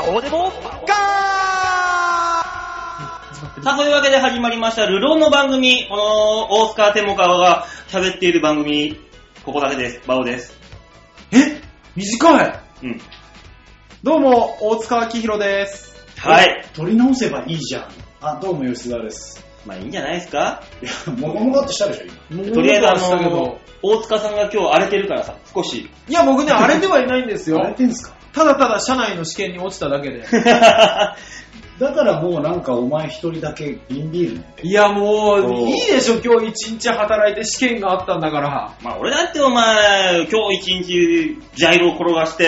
どうでもガー。 さあ、というわけで始まりましたルローの番組。この大塚テモカワが喋っている番組、ここだけです。バオです。 短い。 うん。 どうも、大塚明宏です。 はい。 取り直せばいいじゃん。あ、どうも吉田です。 まあいいんじゃないですか。 いや、もごもごってしたでしょ、今。 とりあえずしたけど、 大塚さんが今日荒れてるからさ、少し。 いや、僕ね、荒れてはいないんですよ。 荒れてんすか？ ただただ社内の試験に落ちただけで。 だからもうなんかお前一人だけ瓶ビール飲んで。 いや、もう、いいでしょ、今日一日働いて試験があったんだから。 まあ俺だってお前、今日一日ジャイロを転がして、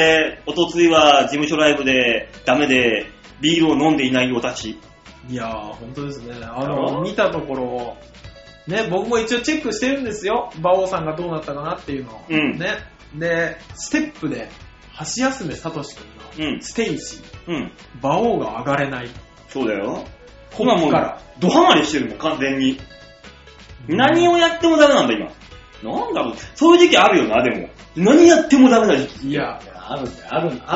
おとついは事務所ライブでダメでビールを飲んでいないおたち。 いやー、本当ですね。見たところ、ね、僕も一応チェックしてるんですよ。馬王さんがどうなったかなっていうのを。 うん。 ね。で、ステップで、橋休めさとし君のステイシー。 うん。 馬王が上がれない。 そうだよ。 今もう、 ドハマりしてるもん、完全に。何をやってもダメなんだ、今。なんだろう、そういう時期あるよな、でも。何やってもダメな時期。 いや、 あるんだ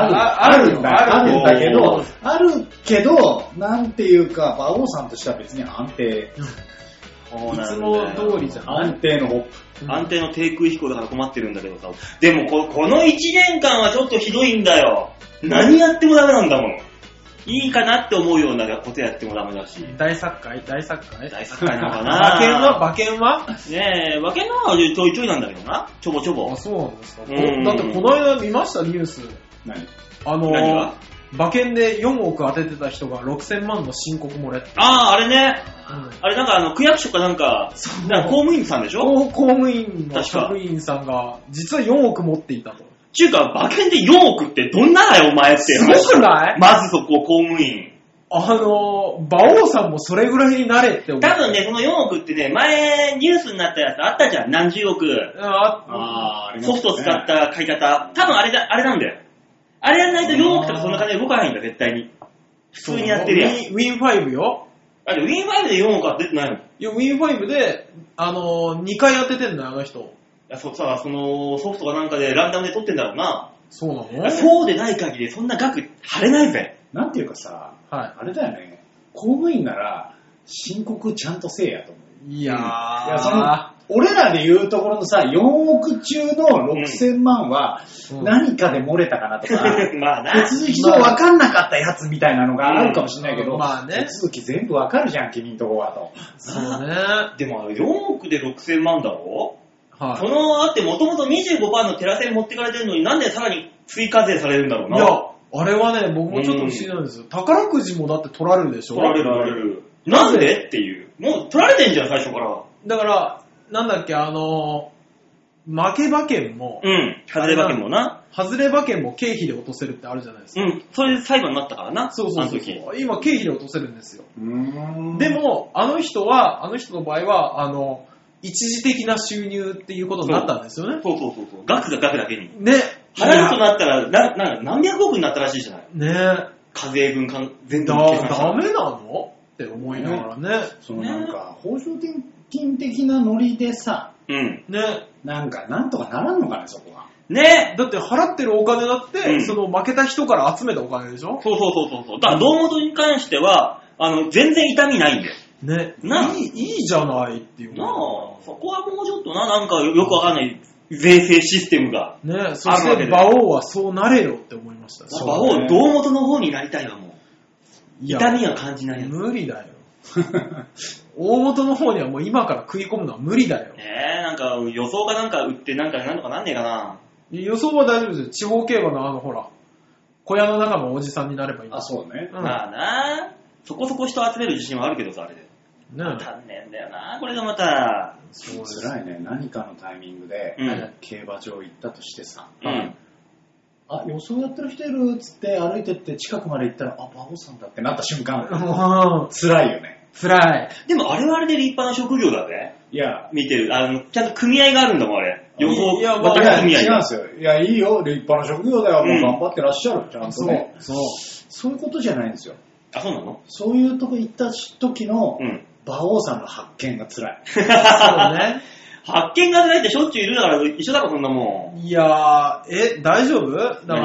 けど、なんていうか、馬王さんとしては別に安定。 いつも通りじゃん。 安定のホップ。 安定の低空飛行だから困ってるんだけどさ。でもこの1年間はちょっとひどいんだよ。何やってもダメなんだもん。いいかなって思うようなことやってもダメだし。 大作会大作会なのかな。 馬券はねえ、馬券のはちょいちょいなんだけどな。ちょぼちょぼ。 あ、そうなんですか。だってこの間見ましたニュース。 何が馬券で4億当ててた人が6000万の申告漏れって。 ああ、あれね。あれなんか区役所かなんか公務員さんでしょ？ 公務員の職員さんが実は4億持っていたと。 ちゅうか、馬券で4億ってどんなだよ、お前って。 すごくない？ まずそこ、公務員。 馬王さんもそれぐらいになれって思う。 多分ね、その4億ってね、前ニュースになったやつあったじゃん。何十億。ソフト使った買い方。多分あれなんだよ。あれやんないと4億とかそんな金動かないんだ、絶対に。普通にやってるやん。 ウィン5よ。 あれ、ウィン5で4億は出てないの？ いや、ウィン5で、2回当ててんだよ、あの人。 そのソフトかなんかでランダムで取ってんだろうな。 そうなの？ そうでない限りそんな額張れないぜ。 なんていうかさ、 はい、 あれだよね。公務員なら申告ちゃんとせえやと思う。 いや俺らで言うところのさ、4億中の6000万は何かで漏れたかなとか、 まあな。 手続き上分かんなかったやつみたいなのがあるかもしれないけど、 まあね、 手続き全部分かるじゃん、君んとこはと。 そうね。 でも4億で6000万だろ？ はい、 その、あってもともと 25% のテラセに持ってかれてるのになんでさらに追加税されるんだろうな。 いや、あれはね、僕もちょっと不思議なんですよ。宝くじもだって取られるでしょ？ 取られる。なんでっていう。もう取られてんじゃん、最初から。 だから、なんだっけ、負け馬券も、 外れ馬券もな。 外れ馬券も経費で落とせるってあるじゃないですか。 それで裁判になったからな。 そう。今、経費で落とせるんですよ。でも、あの人の場合は、一時的な収入っていうことになったんですよね。 そう。額が額だけに。 ね。 払うとなったら、何百億になったらしいじゃない。 ね。 課税分全部計算した。 ダメなのって思いながらね。 なんか、報奨金的なノリでさ、 ね。 なんとかならんのかね、そこは。 ね。だって払ってるお金だって、その負けた人から集めたお金でしょ？ そう。だから、堂本に関しては、全然痛みないんだよ。 ね。いいじゃないっていう。 なあ、そこはもうちょっとなんかよくわかんない税制システムが。 ね、そして馬王はそうなれよって思いました。 馬王、堂本の方になりたいわ、もう。痛みは感じないやつ。 無理だよ。大元の方にはもう今から食い込むのは無理だよ。 なんか予想かなんか売ってなんとかなんねえかな。 予想は大丈夫ですよ。地方競馬のほら、小屋の中のおじさんになればいいんだ。 あ、そうね。 まあな、そこそこ人集める自信はあるけどさ、あれで。足んねえんだよな、これがまた。 辛いね。何かのタイミングで、競馬場行ったとしてさ、予想やってる人いるっつって歩いてって近くまで行ったら、馬王さんだってなった瞬間、辛いよね。 辛い。 でもあれはあれで立派な職業だぜ。 いや、 見てる。ちゃんと組合があるんだもん、あれ。予想、 違うんですよ。いや、いいよ。立派な職業だよ。もう頑張ってらっしゃる。ちゃんとね。そういうことじゃないんですよ。 あ、そうなの？ そういうとこ行った時の、馬王さんの発見が辛い。 そうね。 発見が辛いってしょっちゅういるから一緒だろ、そんなもん。 いやー、大丈夫？だから、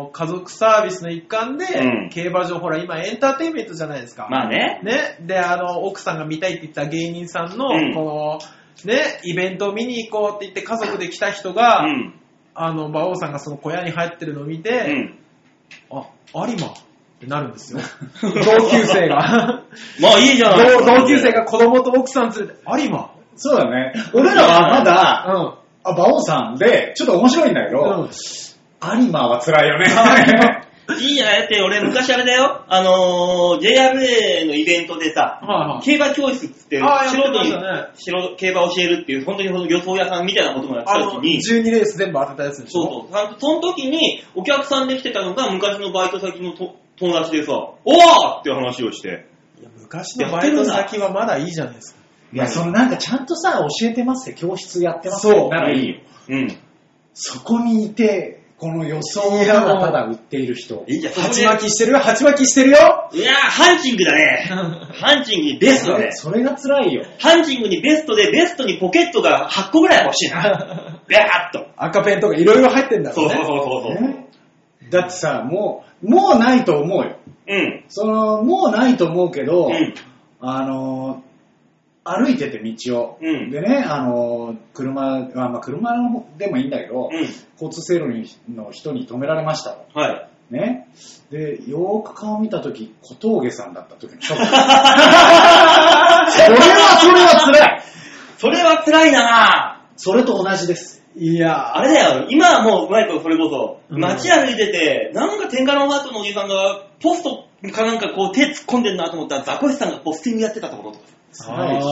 家族サービスの一環で、競馬場、ほら、今エンターテインメントじゃないですか。 まあね。 ね。で、奥さんが見たいって言った芸人さんの、この、ね、イベントを見に行こうって言って家族で来た人が、馬王さんがその小屋に入ってるのを見て、有馬ってなるんですよ。同級生が。 まあいいじゃん。 同級生が子供と奥さん連れて、有馬。 そうだね。俺らはまだ、馬王さんで、ちょっと面白いんだけど、有馬は辛いよね。 いいじゃない。だって俺昔あれだよ。JRA のイベントでさ、競馬教室って素人に競馬教えるっていう、本当に予想屋さんみたいなこともやってた時に、 12レース全部当てたやつでしょ。 そう。その時にお客さんで来てたのが昔のバイト先の友達でさ、おーっていう話をして。 いや、昔のバイト先はまだいいじゃないですか。 いや、なんかちゃんとさ、教えてますよ。教室やってますよ。ならいいよ。そこにいて、この予想をただ売っている人。 いいじゃん。 鉢巻きしてるよ、鉢巻きしてるよ。 いやー、ハンチングだね。ハンチングにベストね。 それが辛いよ。 ハンチングにベストで、ベストにポケットが8個ぐらい欲しいな。ビャーっと。 赤ペンとかいろいろ入ってんだろうね。 そう。 だってさ、もうないと思うよ。もうないと思うけど、歩いてて道を、でね、車でもいいんだけど、交通整路の人に止められましたと。ね。で、よーく顔見たとき、小峠さんだったときのショック。それは辛い。 それは辛いなぁ。 それと同じです。 いやあれだよ、今はもううまいことそれこそ、街歩いてて、なんか天下のハートのおじさんが、ポストかなんかこう手突っ込んでんなと思ったら、ザコシさんがポスティングやってたところとか。 辛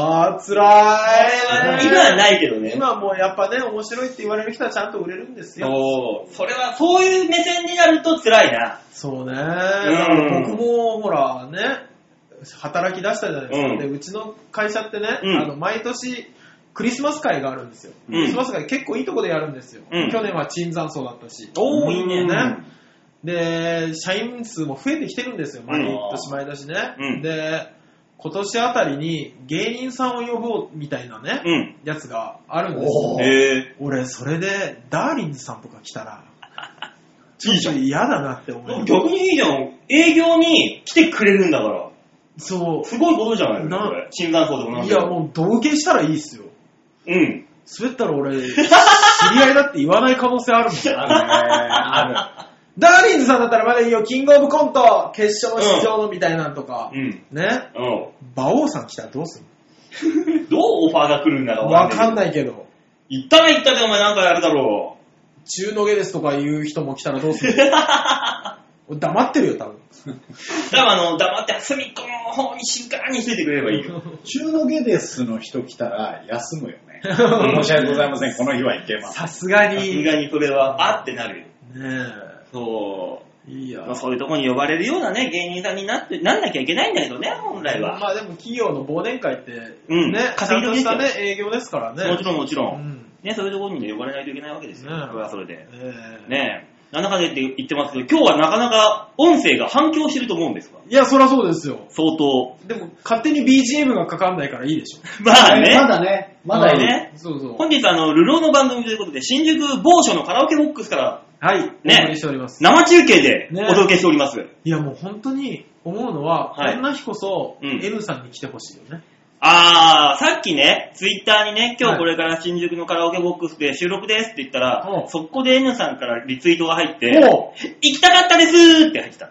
い。 今はないけどね。 今はもうやっぱね、面白いって言われる人はちゃんと売れるんですよ。 それは、そういう目線になると辛いな。 そうね。だから僕も、ほら、ね、働き出したじゃないですか。で、うちの会社ってね、毎年、クリスマス会があるんですよ。クリスマス会結構いいとこでやるんですよ。去年は椿山荘だったし。 いいね。 で、社員数も増えてきてるんですよ。毎年ね。で、今年あたりに芸人さんを呼ぼうみたいなね、やつがあるんですよ。俺、それで、ダーリンズさんとか来たら、ちょっと嫌だなって思う。 逆にいいじゃん。営業に来てくれるんだから。 そう。 すごいことじゃないのこれ。診断層でもなんいや、もう、同型したらいいっすよ。滑ったら俺、知り合いだって言わない可能性あるもん。ある。ダーリンズさんだったらまだいいよ、キングオブコント、決勝出場のみたいなんとか。ね。馬王さん来たらどうするのどうオファーが来るんだろうわかんないけど。 言ったでお前なんかやるだろう。 中の下ですとか言う人も来たらどうする黙ってるよ、多分。 黙って隅っこの方に静かにしててくれればいいよ。 中の下ですの人来たら休むよね。申し訳ございません、この日は行けます。 さすがにそれは、ってなるよ。 ねえ。 そう。いや、そういうとこに呼ばれるようなね、芸人さんになんなきゃいけないんだけどね、本来は。 まあでも企業の忘年会って、ね、稼ぎとしたね、営業ですからね。 もちろん。ね、そういうところに呼ばれないといけないわけですよ。それはそれで。ねえ。なんだかんだ言ってますけど、今日はなかなか音声が反響してると思うんですか？ いや、そりゃそうですよ。 相当。 でも、勝手に BGM がかかんないからいいでしょ。 まあね。 まだいいね。そう。本日、流浪の番組ということで、新宿某所のカラオケボックスから、 はい、 ね、 お送りしております。 生中継でお届けしております。 いや、もう本当に思うのは、こんな日こそ、N さんに来てほしいよね。 さっきね、ツイッターにね、今日これから新宿のカラオケボックスで収録ですって言ったら、そこで N さんからリツイートが入って、行きたかったですーって入ってた。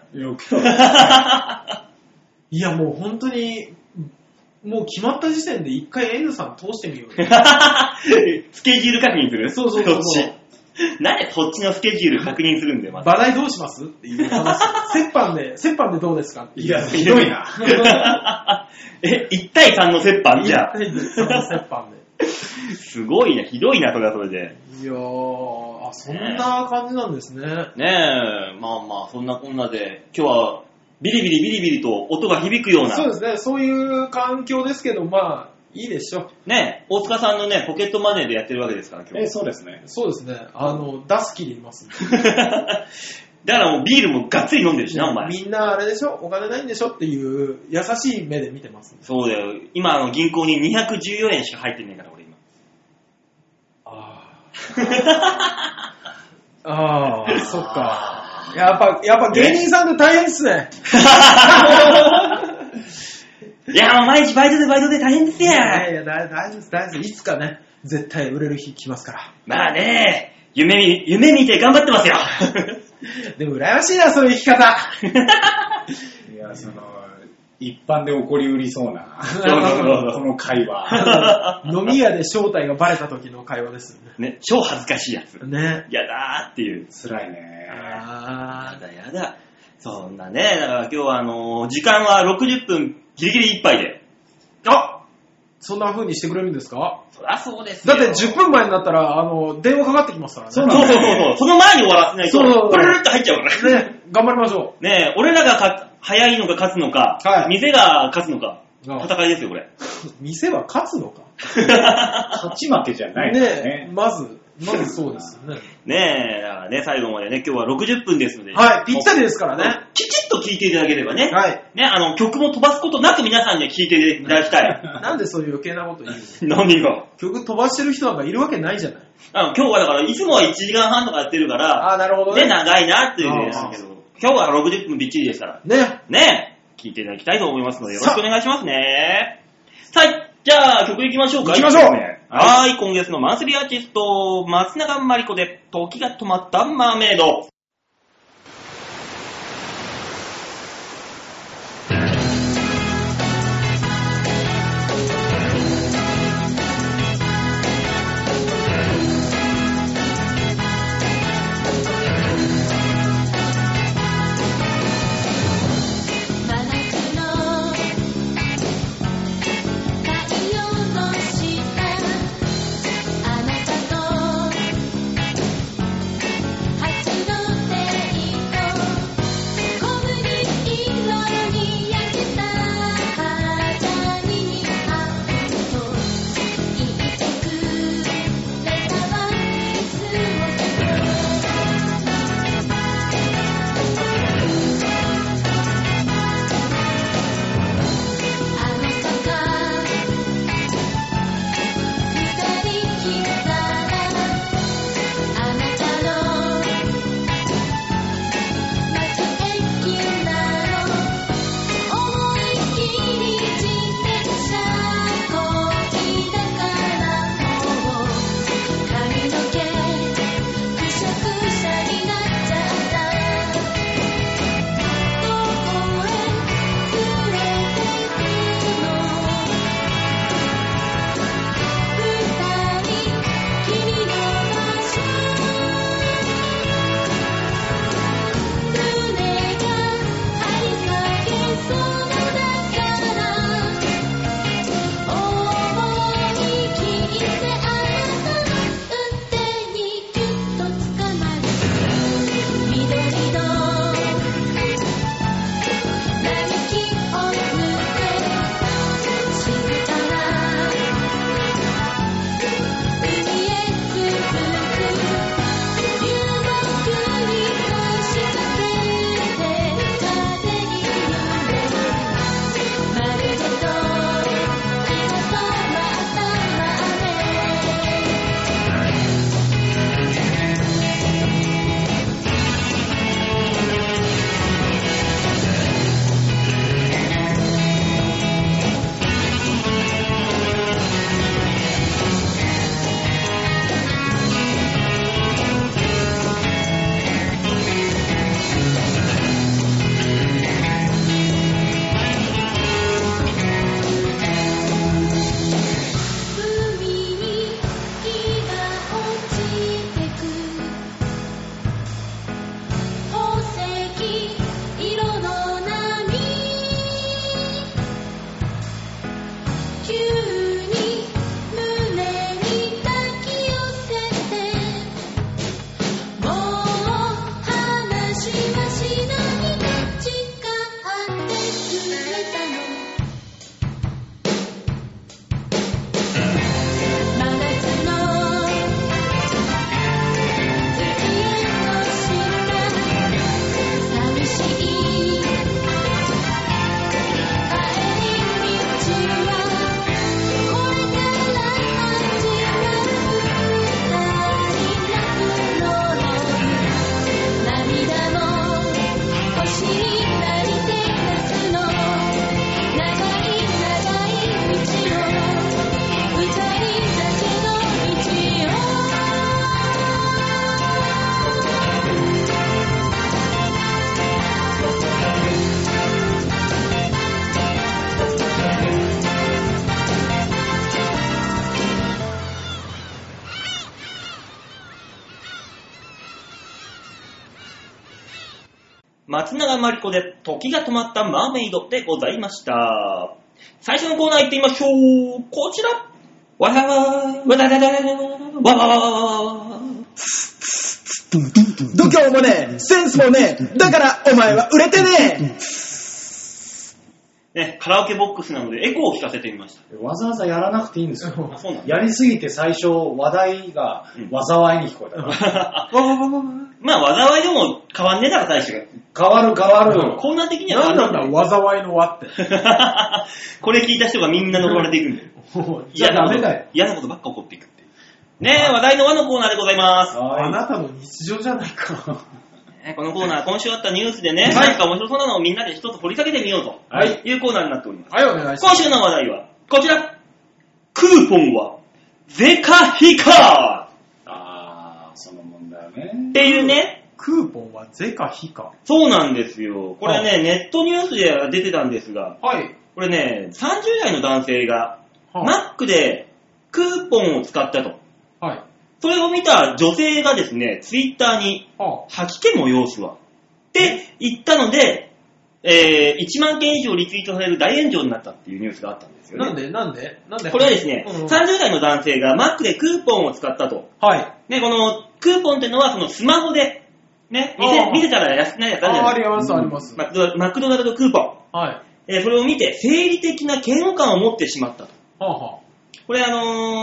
いや、もう本当に、もう決まった時点で一回 N さん通してみようよ。 スケジュール確認する？ そう。 なんでこっちのスケジュール確認するんだよ、 まず。場代どうしますっていう話。折半でどうですかっていや、ひどいな。 1対3の折半じゃあ。 1対3の折半で。 すごいな、ひどいな、それはそれで。 いやー、そんな感じなんですね。 ねえ、まあ、そんなこんなで、今日はビリビリと音が響くような。 そうですね、そういう環境ですけど、まあ、いいでしょ。 ね、大塚さんのね、ポケットマネーでやってるわけですから、今日。 そうですね。 そうですね。出す気でいますんで。 だからもうビールもがっつり飲んでるしな、お前。 みんなあれでしょ、お金ないんでしょっていう優しい目で見てます。 そうだよ。今、銀行に214円しか入ってねえから、俺今。 ああ、そっか。やっぱ芸人さんって大変っすね。 いや、もう毎日バイトで大変ですよ。 いや、大丈夫です。いつかね、絶対売れる日来ますから。 まあね、夢見て頑張ってますよ。 でも羨ましいな、そういう生き方。 いや、一般で起こりうりそうな、この会話。 飲み屋で正体がバレた時の会話ですよね。ね、超恥ずかしいやつ。 ね。 やだーっていう。 辛いね。 やだ。そんなね、だから今日は時間は60分ギリギリいっぱいで。 あ、そんな風にしてくれるんですか？ そりゃそうですよ。 だって10分前になったら、電話かかってきますからね。 そう。その前に終わらせないと、プルルって入っちゃうからね。 ね、頑張りましょう。ね、俺らが早いのが勝つのか、はい、店が勝つのか、戦いですよ、これ。 店は勝つのか勝ち負けじゃないですね。 まずそうですよね。 ねえ、だからね、最後までね、今日は60分ですので。 はい、ぴったりですからね。 きちっと聞いていただければね。 はい。 ね、曲も飛ばすことなく皆さんには聞いていただきたい。 なんでそういう余計なこと言うの？ 何が？ 曲飛ばしてる人なんかいるわけないじゃない。 今日はだから、いつもは1時間半とかやってるから、 なるほどね。 ね、長いなっていうんですけど、今日は60分びっちりですから。ね、聞いていただきたいと思いますので、よろしくお願いしますね。さあ、じゃあ曲いきましょうか。 行きましょう。 はい、今月のマンスリーアーティスト、松永まりこで、時が止まったマーメイド。 あなたと初の松永まりこで時が止まったマーメイドでございました。最初のコーナー行ってみましょう。こちら。わらわー、わらららららわわわわわ。 度胸もね、センスもね、だからお前は売れてねね、カラオケボックスなのでエコーを聞かせてみました。 わざわざやらなくていいんですよ。 そうなんやりすぎて最初話題が災いに聞こえた。 まあ災いでも変わんねえだろ大して。 変わる。 コーナー的には何なんだ災いの輪って。 これ聞いた人がみんな呪われていくんだよ。 じゃあダメだよ。 嫌なことばっか起こっていくって。ねえ、話題の輪のコーナーでございます。 あなたの日常じゃないか。 このコーナー、今週あったニュースでね、何か面白そうなのをみんなで一つ掘り下げてみようというコーナーになっております。 はい、お願いします。 今週の話題は、こちら。クーポンは、ゼカヒカその問題ね。 っていうね。 クーポンはゼカヒカ。 そうなんですよ。これね、ネットニュースで出てたんですが、 はい。 これね、30代の男性が、マックでクーポンを使ったと。 はい。 それを見た女性がですね、ツイッターに、吐き気催すわ。って言ったので、1万件以上リツイートされる大炎上になったっていうニュースがあったんですよね。 なんでこれはですね、30代の男性がマックでクーポンを使ったと。 はい。 ね、このクーポンっていうのはそのスマホで、ね、見せたら安くないやつあるじゃないですか。 あります。 マクドナルドクーポン。 はい。 それを見て、生理的な嫌悪感を持ってしまったと。これ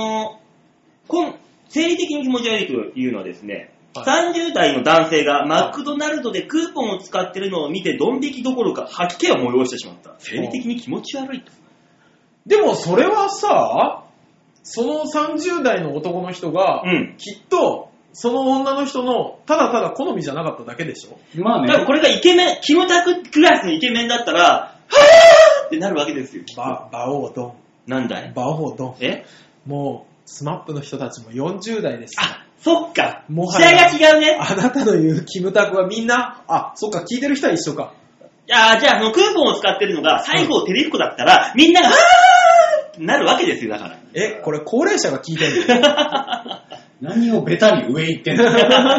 生理的に気持ち悪いというのはですね、30代の男性がマクドナルドでクーポンを使ってるのを見てドン引きどころか吐き気を催してしまった。生理的に気持ち悪いと。 でもそれはさ、その30代の男の人が、きっとその女の人のただただ好みじゃなかっただけでしょ。 まあね。だからこれがイケメン、キムタククラスのイケメンだったら、はぁーってなるわけですよ。 馬王ドン。 なんだい？ 馬王ドン。もうスマップの人たちも40代です。 あ、そっか。 も時代が違うね。 あなたの言うキムタクはみんな、そっか、聞いてる人は一緒か。 じゃあクーポンを使ってるのが西郷輝彦だったら、みんなが、はぁーってなるわけですよ、だから。 これ高齢者が聞いてるの何をベタに上行ってんの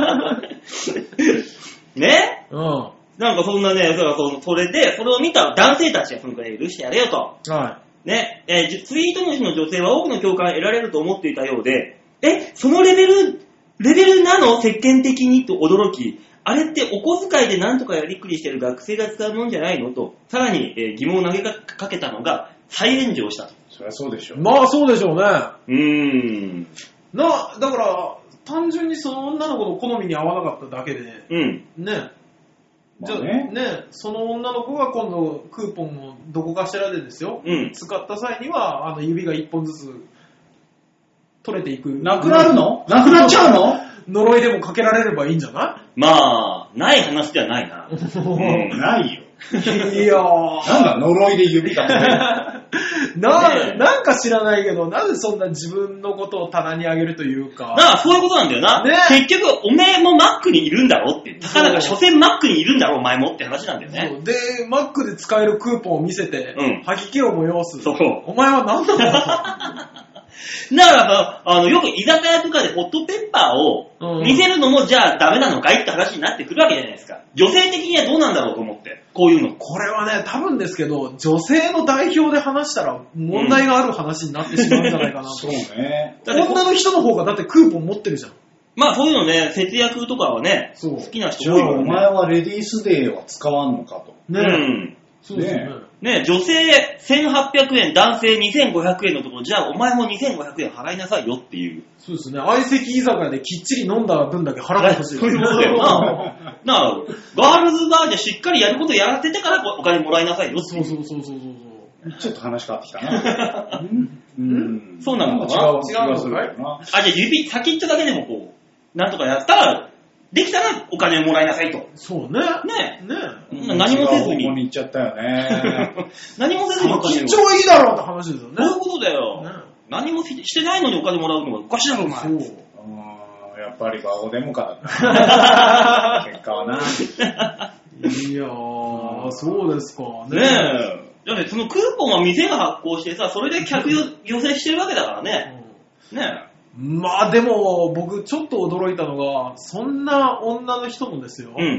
ね？なんかそんなね、それで、それを見た男性たちがそのくらい許してやれよと。 はい。 ね、ツイート主の女性は多くの共感を得られると思っていたようで、そのレベルなの世間的にと驚き、あれってお小遣いでなんとかやりくりしてる学生が使うもんじゃないのと、さらに、疑問を投げかけたのが再炎上したと。 そりゃそうでしょう。 まあそうでしょうね。だから、単純にその女の子の好みに合わなかっただけで、ね。じゃあね、その女の子が今度クーポンをどこかしらでですよ、使った際には指が1本ずつ取れていく。 なくなるの？なくなっちゃうの？ 呪いでもかけられればいいんじゃない？ まあ、ない話ではないな。 ないよ。 いやー。 なんだ、呪いで指が取れる。 なんか知らないけど、なぜそんな自分のことを棚にあげるというか。 そういうことなんだよな。結局、おめえもマックにいるんだろって。たかだか所詮マックにいるんだろお前もって話なんだよね。 で、マックで使えるクーポンを見せて、吐き気を催す。 そう。 お前は何なんだだからよく居酒屋とかでホットペッパーを見せるのもじゃあダメなのかいって話になってくるわけじゃないですか。女性的にはどうなんだろうと思って、こういうの。 これはね、多分ですけど、女性の代表で話したら問題がある話になってしまうんじゃないかなと。 そうね。 女の人の方がだってクーポン持ってるじゃん。 まあそういうのね、節約とかはね、好きな人多いよね。 お前はレディースデーは使わんのかと。 そうですね。 ね、女性1800円、男性2500円のところ、じゃあお前も2500円払いなさいよっていう。 そうですね。相席居酒屋できっちり飲んだ分だけ払ってほしい。 そういうことだよな。ガールズバーでしっかりやることやらせてからお金もらいなさいよっていう。 そう。 ちょっと話変わってきたな。 そうなのかな。 違うするよな。 じゃあ指先っちょだけでもこう、なんとかやったら、できたらお金もらいなさいと。 そうね。 何もせずに。 ここに行っちゃったよね。 何もせずにお金緊張いいだろうって話ですよね。 そういうことだよ。何もしてないのにお金もらうのがおかしいだろ、お前。 やっぱりバオデモカだった。結果はな。 いやー、そうですかね。 だってそのクーポンは店が発行してさ、それで客寄せしてるわけだからね。 まあでも、僕ちょっと驚いたのが、そんな女の人もですよ。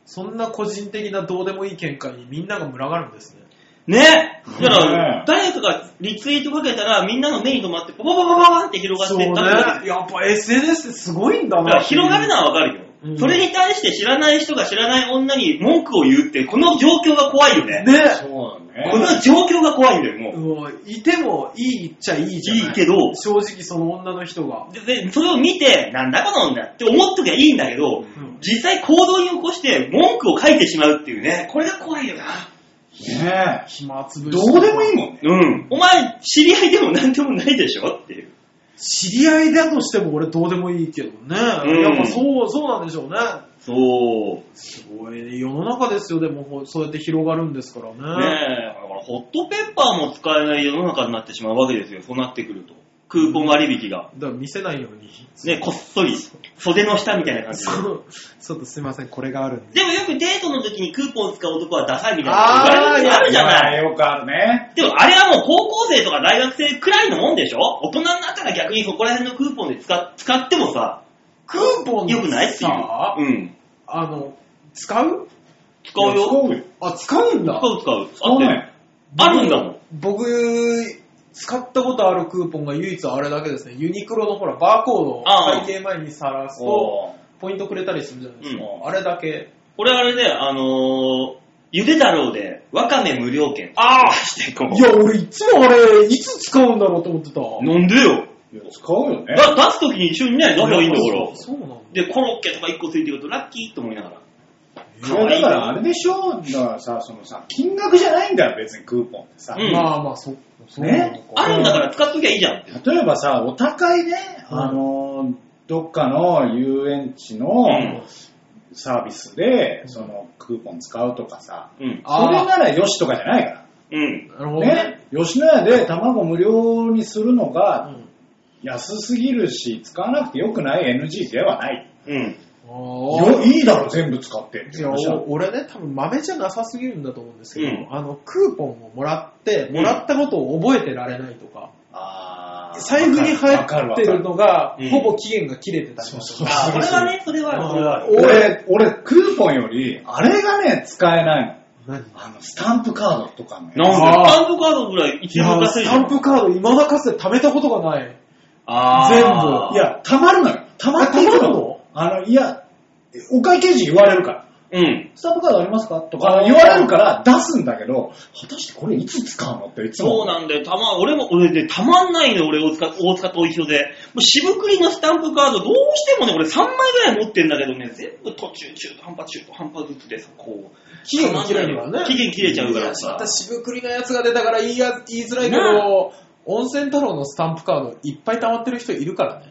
そんな個人的などうでもいい見解にみんなが群がるんですね。 ね。だから、誰かがリツイートかけたらみんなの目に留まって、パパパパパパって広がっていったんだね。やっぱ SNS ってすごいんだな。 だから広がるのはわかるよ。それに対して知らない人が知らない女に文句を言うって、この状況が怖いよね。 ね。 そうだね。 この状況が怖いんだよ、もう。 いてもいいっちゃいいじゃない。 いいけど、 正直その女の人が。 で、それを見て、なんだこの女って思っときゃいいんだけど、実際行動に起こして文句を書いてしまうっていうね、これが怖いよな。 ねえ。 暇つぶし。 どうでもいいもんね。 うん。お前、知り合いでもなんでもないでしょっていう。 知り合いだとしても俺どうでもいいけどね。やっぱそうなんでしょうね。 そう。 すごいね。世の中ですよ、でもそうやって広がるんですからね。 ねえ。だからホットペッパーも使えない世の中になってしまうわけですよ。そうなってくると。クーポン割引が。 だから見せないように。 ね、こっそり。袖の下みたいな感じで。 ちょっとすいません、これがあるんで。 でもよくデートの時にクーポン使う男はダサいみたいな言われることあるじゃない。 よくあるね。 でもあれはもう高校生とか大学生くらいのもんでしょ？大人になったら逆にそこら辺のクーポンで使ってもさ、 クーポンよくないっていう。 うん。使う？ 使うよ。 あ、使うんだ。 使う。あるんだもん。 僕、使ったことあるクーポンが唯一あれだけですね。ユニクロのほら、バーコードを会計前にさらすと、ポイントくれたりするじゃないですか。あれだけ。 これあれで、ゆで太郎で、わかめ無料券。してこう。 いや、俺いつもあれ、いつ使うんだろうと思ってた。 なんでよ。 いや、使うよね。 出すときに一緒にね、出せばいいんだから。 そうなんだ。 で、コロッケとか1個ついてるとラッキーと思いながら。 いや、だからあれでしょ、だからさ、金額じゃないんだよ、別にクーポンってさ。 まあまあ、そうね。あるんだから使っときゃいいじゃん。 例えばさ、お高いね、どっかの遊園地のサービスで、そのクーポン使うとかさ、それならよしとかじゃないから。 なるほどね。 吉野家で卵無料にするのが安すぎるし、使わなくてよくない NG ではない。いいだろ、全部使ってって。 俺ね、多分豆じゃなさすぎるんだと思うんですけど、クーポンをもらって、もらったことを覚えてられないとか、財布に入ってるのが、ほぼ期限が切れてたりとか。 それはね、それは。 俺、クーポンより、あれがね、使えないの。スタンプカードとかね。 なんでスタンプカードぐらい一番安いじゃん。 スタンプカード未だかつて貯めたことがない。全部。 いや、貯まるのよ。貯まっていくの。いや、お会計時言われるから。スタンプカードありますかとか言われるから出すんだけど、果たしてこれいつ使うのっていつも。 そうなんだよ。俺でたまんないの、俺大塚と一緒で。もう渋栗のスタンプカードどうしてもね、俺3枚ぐらい持ってんだけどね、全部途中、中途半端ずつでさ、こう。 期限が切れるからね。 期限切れちゃうからさ。 また渋栗のやつが出たから言いづらいけど、温泉太郎のスタンプカードいっぱい溜まってる人いるからね。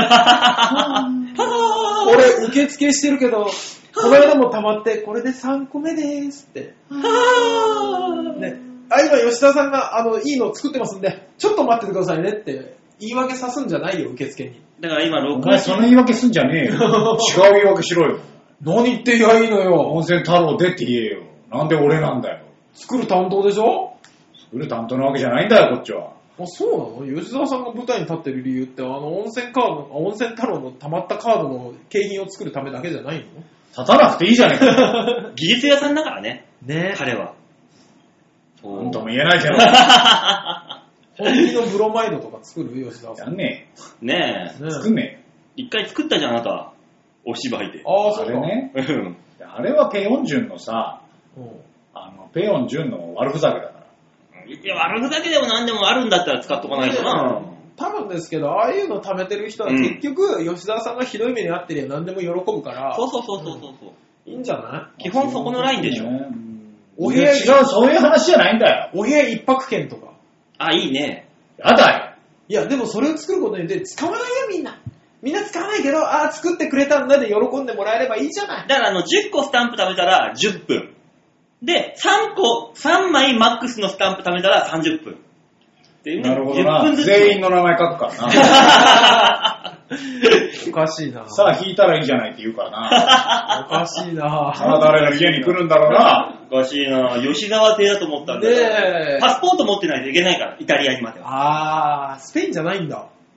俺受付してるけど、この間も溜まって、これで3個目でーすって。ね、今吉田さんがいいの作ってますんで、ちょっと待っててくださいねって言い訳さすんじゃないよ、受付に。 だから今お前その言い訳すんじゃねえよ。違う言い訳しろよ。 何言って言えばいいのよ。 温泉太郎でって言えよ。なんで俺なんだよ。 作る担当でしょ？ 作る担当なわけじゃないんだよ、こっちは。 そうなの？吉沢さんが舞台に立ってる理由って温泉太郎の溜まったカードの景品を作るためだけじゃないの？ 立たなくていいじゃねえか。 技術屋さんだからね。 ね、 彼は。 なんとも言えないけど。 本気のブロマイドとか作る？吉沢さん。 やんねえ。ねえ。作んねえ。一回作ったじゃん、あなた。お芝居で。 あれね。あれはペヨンジュンのさ、ペヨンジュンの悪ふざけだから。 いや、悪ふざけでも何でもあるんだったら使っとかないとな。 多分ですけど、ああいうの貯めてる人は結局、吉沢さんがひどい目に遭ってりゃ何でも喜ぶから。 そう。 いいんじゃない？ 基本そこのラインでしょ。 お部屋違う、そういう話じゃないんだよ。 お部屋一泊券とか。 あ、いいね。 やだよ。 いや、でもそれを作ることによって使わないよ、みんな。みんな使わないけど、作ってくれたんだで喜んでもらえればいいじゃない。 だから10個スタンプ貯めたら10分。で、3枚マックスのスタンプ貯めたら30分。 なるほどな。全員の名前書くからな。 おかしいな。 さあ引いたらいいじゃないって言うからな。 おかしいな。 誰が家に来るんだろうな。 おかしいな。吉沢邸だと思ったんだよ。パスポート持ってないといけないから、イタリアにまでは。 スペインじゃないんだ。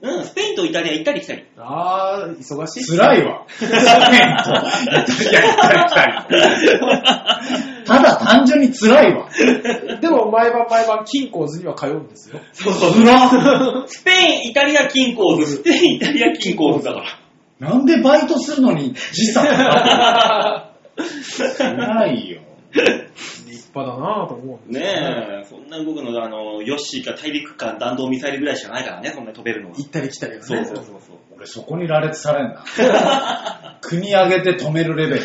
スペインとイタリア行ったり来たり。 あー、忙しい。 辛いわ。スペインとイタリア行ったり来たり。ただ単純に辛いわ。 でも毎晩金鉱図には通うんですよ。 そう。スペイン、イタリア、金鉱図。スペイン、イタリア、金鉱図だから。 なんでバイトするのに時差が辛いよ。 立派だなぁと思うんですよねえ、そんな動くのが、ヨッシーか大陸間弾道ミサイルぐらいしかないからね、そんな飛べるのは。 行ったり来たりがね。 そう。 俺そこに羅列されんな。国挙げて止めるレベル。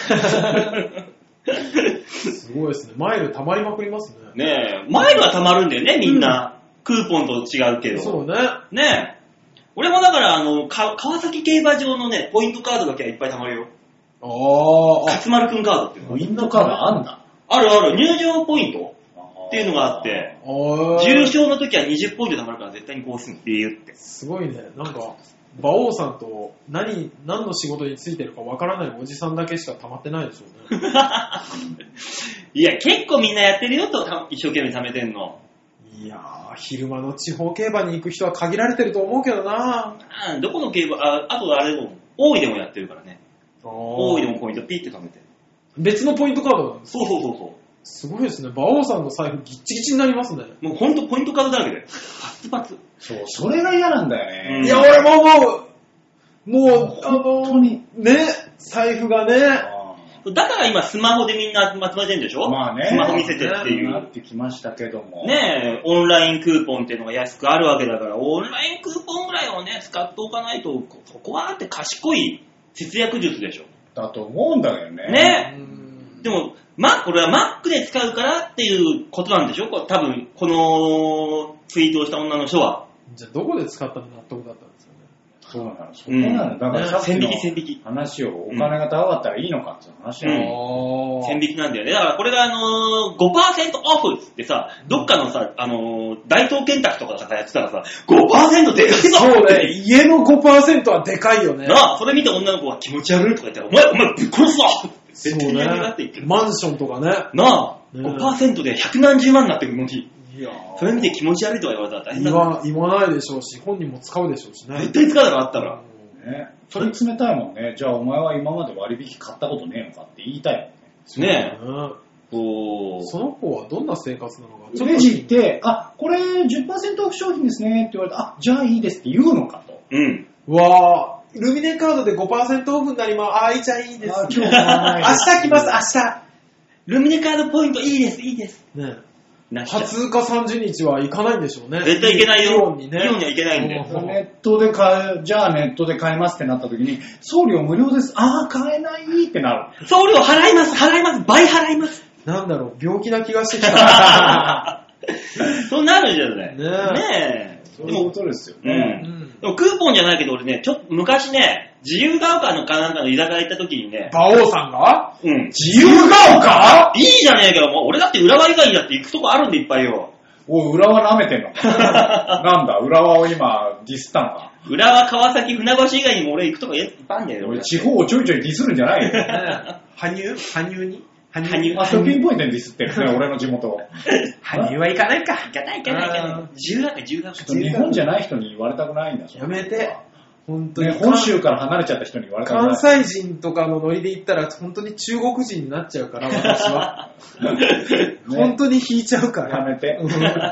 すごいですね。マイル溜まりまくりますね。 ねえ、マイルは溜まるんだよね、みんな。クーポンと違うけど。 そうね。 ねえ。俺もだから、川崎競馬場のね、ポイントカードだけはいっぱい溜まるよ。勝丸くんカードっていうの。 ポイントカードあんだ。 ある、入場ポイントっていうのがあって、重賞の時は20ポイント貯まるから絶対にこうするって言って。 すごいね。なんか、馬王さんと何の仕事についてるかわからないおじさんだけしか溜まってないでしょうね。 いや、結構みんなやってるよと一生懸命貯めてんの。 いやー、昼間の地方競馬に行く人は限られてると思うけどな。 どこの競馬、あとあれも、大井でもやってるからね。大井でもポイントピッて貯めてる。 別のポイントカードなんですか？ そう。 すごいですね。馬王さんの財布ギッチギチになりますね。 もうほんとポイントカードだらけで。パツパツ。 そう、それが嫌なんだよね。 いや、俺も本当に。ね、財布がね。 だから今スマホでみんな集めてるんでしょ？ まあね。 スマホ見せてっていう。 なってきましたけども。 ねえ、オンラインクーポンっていうのが安くあるわけだから、オンラインクーポンぐらいをね、使っておかないと、そこはって賢い節約術でしょ。 だと思うんだよね。 ねえ。でも、これは Mac で使うからっていうことなんでしょ？多分、このツイートをした女の人は。 じゃあどこで使ったの納得だったんですかね。 そうなの、そこなの。だからさっきの線引き。 話をお金が高かったらいいのかっていう話なの。 線引きなんだよね。だからこれが5% オフってさ、どっかのさ、大東建託とかがやってたらさ、5% でかいぞそうね、家の 5% はでかいよね。 なあ、それ見て女の子が気持ち悪いとか言ったら、お前ぶっ殺すぞそうね。マンションとかね。 なあ、5% で百何十万になってるのに。いやそれ見て気持ち悪いとか言われたら大変だ。 言わないでしょうし、本人も使うでしょうしね。 絶対使うだろ、あったら。 ね、それ冷たいもんね。じゃあお前は今まで割引買ったことねえのかって言いたいもんね。 ねえ。 その子はどんな生活なのか。 レジ行って、これ 10% オフ商品ですねって言われたじゃあいいですって言うのかと。 わー、ルミネカードで 5% オフになります。じゃあいいです。 今日は明日来ます、明日。 ルミネカードポイントいいです、いいです。 ね20日30日は行かないんでしょうね。 絶対行けないよ。 イオンにね。 イオンには行けないんで。 ネットでじゃあネットで買いますってなった時に、送料無料です。買えないってなる。 送料払います、倍払います。 なんだろう、病気な気がしてきた。 そうなるじゃない。 ねえ。そういうことですよね。 でもクーポンじゃないけど俺ね、昔ね、自由が丘のかなんかの居酒屋行った時にね。 馬王さんが自由が丘いいじゃねえかよ。もう俺だって浦和以外だって行くとこあるんでいっぱいよ。 浦和舐めてんのなんだ、浦和を今ディスったのか。 浦和、川崎、船橋以外にも俺行くとこいっぱいあるんだよ。 俺地方をちょいちょいディスるんじゃないよ。 羽生にピンポイントにディスってるね、俺の地元を。 羽生は行かないか。 行かない。自由だから。 日本じゃない人に言われたくないんだ。 やめて。本当に、 本州から離れちゃった人に言われたくない。 関西人とかのノリで言ったら本当に中国人になっちゃうから、私は。本当に引いちゃうから。 やめて。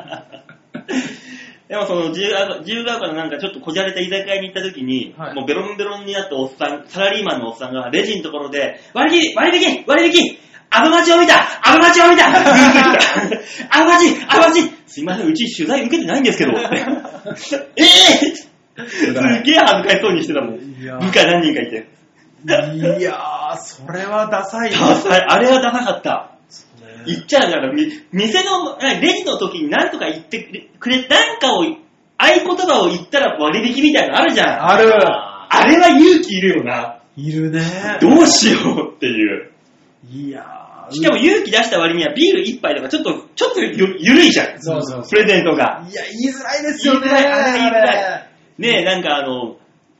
でもその自由が丘のなんかちょっとこじゃれた居酒屋に行った時に、もうベロンベロンになったおっさん、サラリーマンのおっさんがレジのところで、割引アブマチを見たアブマチすいません、うち取材受けてないんですけど。すっげえ恥ずかしそうにしてたもん。部下何人かいて。 いやー、それはダサいね。 あれはダサかった。言っちゃうから、店の、レジの時に何とか言ってくれ、なんかを、合言葉を言ったら割引みたいなのあるじゃん。 ある。 あれは勇気いるよな。 いるね。 どうしようっていう。 いやー。 しかも勇気出した割にはビール一杯とかちょっとゆるいじゃん。 そう。 プレゼントが。 いや、言いづらいですよね。 言いづらい。ねえ、なんか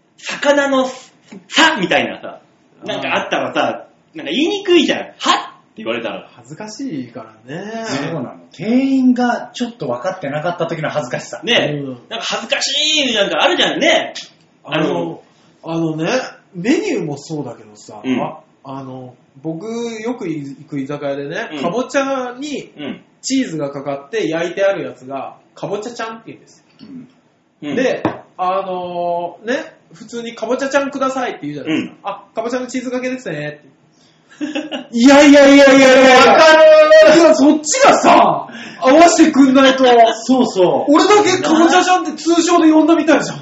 魚のさみたいなさ、なんかあったらさ、なんか言いにくいじゃん。はっ言われたら。 恥ずかしいからね。 そうなの。店員がちょっと分かってなかった時の恥ずかしさ。 ね、なんか恥ずかしいなんかあるじゃんね。 あのね、メニューもそうだけどさ、僕よく行く居酒屋でね、かぼちゃにチーズがかかって焼いてあるやつが、かぼちゃちゃんって言うんですよ。で、普通にかぼちゃちゃんくださいって言うじゃないですか。かぼちゃのチーズかけですねって。いや、わかる。いや、そっちがさ、合わせてくんないと。 そうそう。 俺だけかぼちゃちゃんって通称で呼んだみたいじゃん。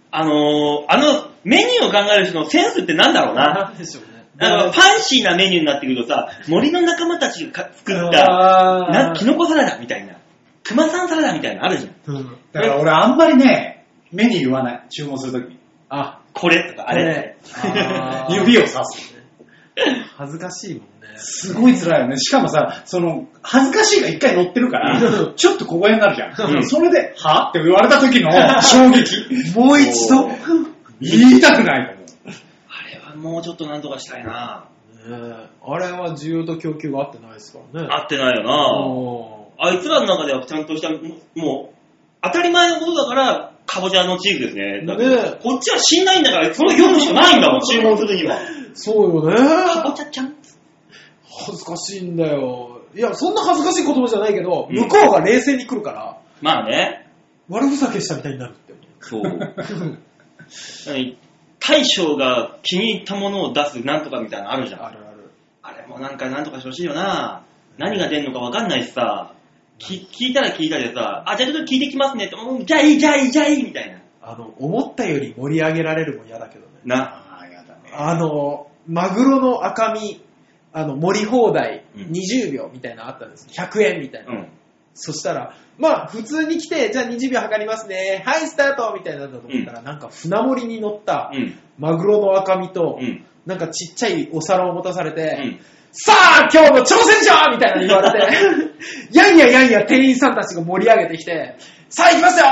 メニューを考える人のセンスってなんだろうな。 なんでしょうね。 ファンシーなメニューになってくるとさ、森の仲間たちが作ったキノコサラダみたいな、熊さんサラダみたいなのあるじゃん。 だから俺あんまりね、メニュー言わない。注文するときに。 これとかあれ。 指をさす。 恥ずかしいもんね。 すごい辛いよね。しかもさ、恥ずかしいが一回乗ってるから、ちょっと小声になるじゃん。それで、はって言われた時の衝撃。 もう一度言いたくないと思う。 あれはもうちょっとなんとかしたいな。 あれは需要と供給が合ってないですからね。 合ってないよな。あいつらの中ではちゃんとした、もう、当たり前のことだから、かぼちゃのチーズですね。だからこっちは知んないんだから、それ読むしかないんだもん、注文するには。 そうよね。 かぼちゃちゃん恥ずかしいんだよ。いや、そんな恥ずかしい言葉じゃないけど、向こうが冷静に来るから、 まあね。 悪ふざけしたみたいになるって。 そう。大将が気に入ったものを出すなんとかみたいなのあるじゃん。 ある。 あれもなんかなんとかしてほしいよな。何が出んのかわかんないしさ。聞いたら聞いたでさ、じゃあちょっと聞いてきますねって、じゃあいいみたいな。 思ったより盛り上げられるも嫌だけどね。 やだね。 マグロの赤身、盛り放題、20秒みたいなのあったんです。100円みたいな。そしたら、まあ、普通に来て、じゃあ20秒測りますね。はい、スタートみたいなんだと思ったら、なんか船盛りに乗った、マグロの赤身と、なんかちっちゃいお皿を持たされて、さあ今日の挑戦者みたいなの言われて、やんや店員さんたちが盛り上げてきて、さあ行きますよ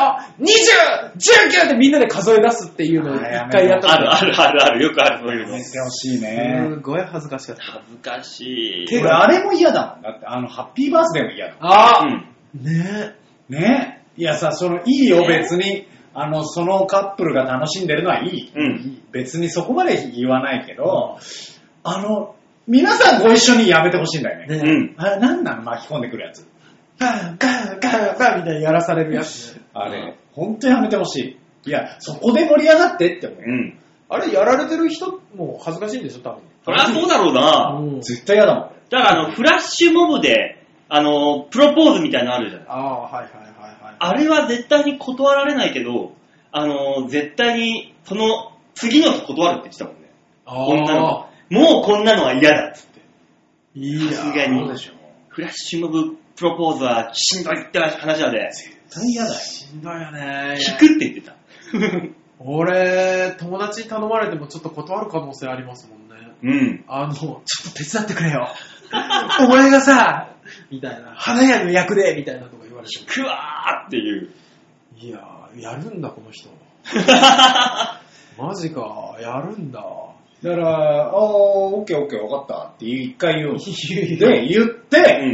!20!19! ってみんなで数え出すっていうのを一回やった。 ある、よくある、そういうの。 やめてほしいね。 すごい恥ずかしかった。 恥ずかしい。 俺あれも嫌だもん。だってハッピーバースデーも嫌だ。ねいやさ、いいよ、別に。そのカップルが楽しんでるのはいい。別にそこまで言わないけど、皆さんご一緒にやめてほしいんだよね。あれ、なんなの巻き込んでくるやつ。 ガンみたいにやらされるやつ。 あれ、ほんとやめてほしい。いや、そこで盛り上がってって思う。 あれ、やられてる人も恥ずかしいんでしょ、多分。 そりゃそうだろうな。 絶対嫌だもん。 だからフラッシュモブで、プロポーズみたいなのあるじゃん。あれは絶対に断られないけど、絶対に、その、次の日断るって言ってたもんね。女の子。もうこんなのは嫌だっつって。さすがに。フラッシュモブプロポーズはしんどいって話だで。 絶対嫌だよ。 しんどいよね。 引くって言ってた。 俺、友達に頼まれてもちょっと断る可能性ありますもんね。ちょっと手伝ってくれよ。お前がさ、みたいな。花屋の役で、みたいなとか言われて。 引くわーっていう。 いやー、やるんだ、この人。マジか、やるんだ。 だから、オッケー分かったって一回言う。で、言って、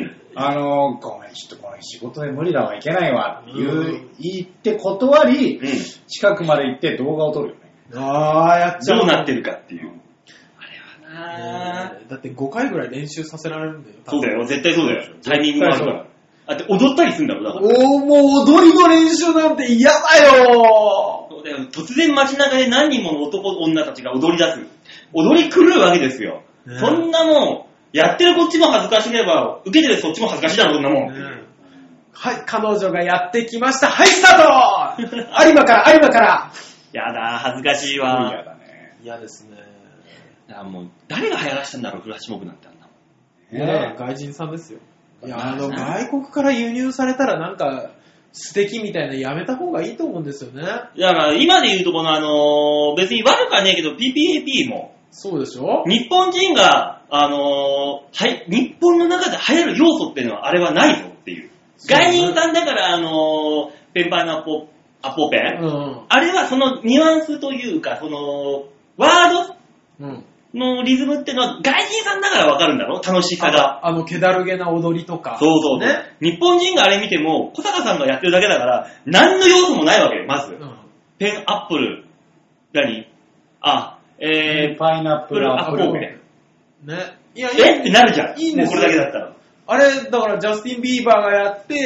ごめん、ちょっとこの仕事で無理だわ、いけないわって言って断り、近くまで行って動画を撮るよね。 やっちゃう。 どうなってるかっていう。あれはなだって5回ぐらい練習させられるんだよ。 そうだよ、絶対そうだよ。タイミングがあるから。だって踊ったりするんだろ、だから。 もう踊りの練習なんて嫌だよ。 そうだよ、突然街中で何人もの男、女たちが踊り出す。踊り狂うわけですよ。そんなもん、やってるこっちも恥ずかしければ、受けてるそっちも恥ずかしいだろ、そんなもん。 はい、彼女がやってきました。はい、スタート有馬から。 やだ、恥ずかしいわ。 嫌だね。 嫌ですね。 もう、誰が流行らしたんだろう、フラッシュモブなんてあんなもん。いや、外人さんですよ。いや、外国から輸入されたらなんか、素敵みたいなやめた方がいいと思うんですよね。 だから今で言うとこの別に悪くはねえけど PPAP もそうでしょ。 日本人が日本の中で流行る要素っていうのはあれはないぞっていう。外人さんだからペンパイのアポペン、あれはそのニュアンスというかそのワードのリズムってのは外人さんだからわかるんだろ、楽しさが。 気だるげな踊りとか。 そうそう。ね。日本人があれ見ても、小坂さんがやってるだけだから、何の要素もないわけよ、まず。ペンアップル。何パイナップルアップル。 ね。いや、 ってなるじゃん。 いいんですよ。 これだけだったら。 あれ、だからジャスティン・ビーバーがやって、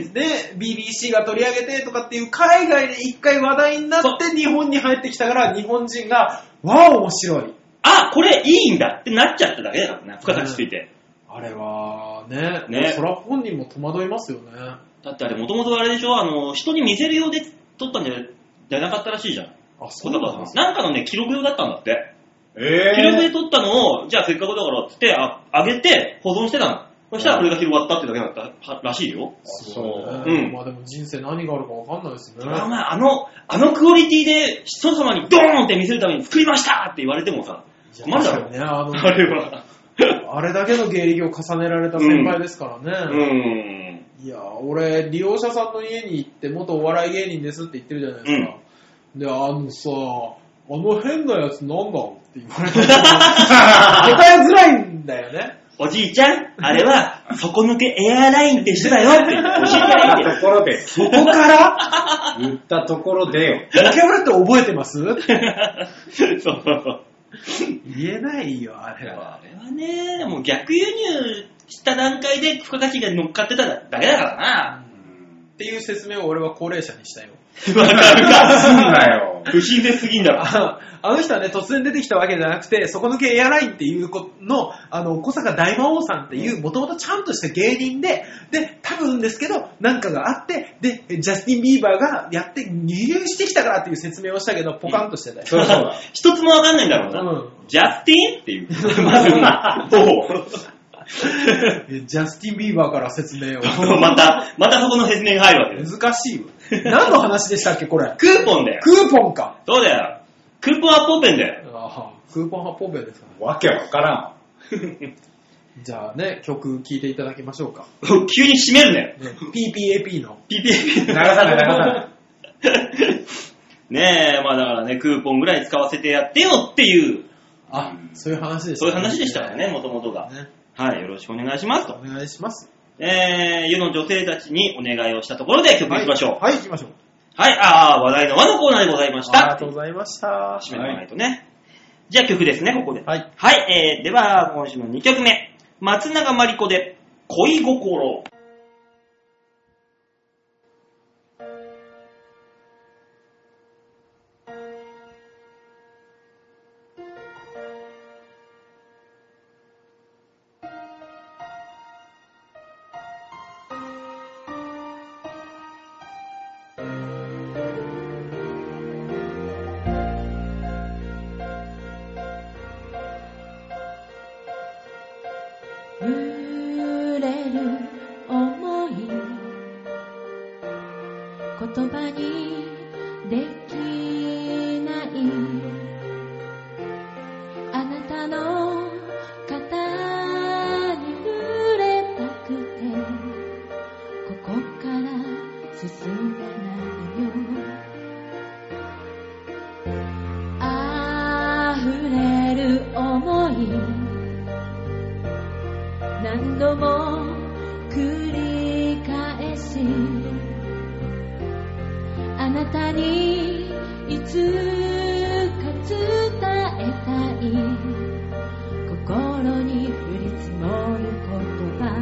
ね、BBC が取り上げてとかっていう海外で一回話題になって日本に入ってきたから日本人が、わあ面白い。 これいいんだってなっちゃっただけだからね、付加価値ついて。 あれはね、そら本人も戸惑いますよね。 だってあれもともとあれでしょ、人に見せる用で撮ったんじゃなかったらしいじゃん。 そうなんですか。 なんかのね、記録用だったんだって。記録で撮ったのを、じゃあせっかくだからって言って、あげて保存してたの。そしたらこれが広がったってだけだったらしいよ。 そうね。まあでも人生何があるか分かんないですね。 あのクオリティで人様にドーンって見せるために作りましたって言われてもさ、困るだろうね。あれは。 あれだけの芸歴を重ねられた先輩ですからね。いや、俺、利用者さんの家に行って元お笑い芸人ですって言ってるじゃないですか。で、変なやつなんだって言われて答えづらいんだよね。 おじいちゃん、あれは底抜けエアラインって人だよって教えてあげて。 ところで。 そこから言ったところでよ。 ボキャブラって覚えてますそう。 言えないよ、あれは。 あれはね、もう逆輸入した段階で付加価値が乗っかってただけだからな。 っていう説明を俺は高齢者にしたよ。 わかるか。 すんなよ。 不親切すぎんだろ。 あの人はね、突然出てきたわけじゃなくて、底抜けエアラインっていうの、小坂大魔王さんっていう、もともとちゃんとした芸人で、多分ですけど、なんかがあって、で、ジャスティン・ビーバーがやって、入してきたからっていう説明をしたけど、ポカンとしてたよ。 そうそう。一つもわかんないんだろうな。ジャスティンっていう。まず、 ジャスティン・ビーバーから説明を。 またそこの説明が入るわけです。 難しいわ。何の話でしたっけ、これ。 クーポンだよ。 クーポンか。 そうだよ。クーポン発泡ペンだよ。 クーポン発泡ペンですかね。 わけわからん。じゃあね、曲聴いていただきましょうか。 急に締めるね。 PPAP の。 PPAP。 流さない。 ねえ、まあだからね、クーポンぐらい使わせてやってよっていう。 そういう話でした。 そういう話でしたからね、もともとが。はい、よろしくお願いしますと。 お願いします。 世の女性たちにお願いをしたところで曲いきましょう。 はい、行きましょう。 はい、話題の輪のコーナーでございました。 ありがとうございました。 締めてもらわないとね。じゃあ曲ですね、ここで。 はい。 はい、では、今週の2曲目。松永まりこで、恋心。 言葉にできないあなたの肩に触れたくてここから進めないよ溢れる想い何度も繰り返しあなたにいつか伝えたい心に降り積もる言葉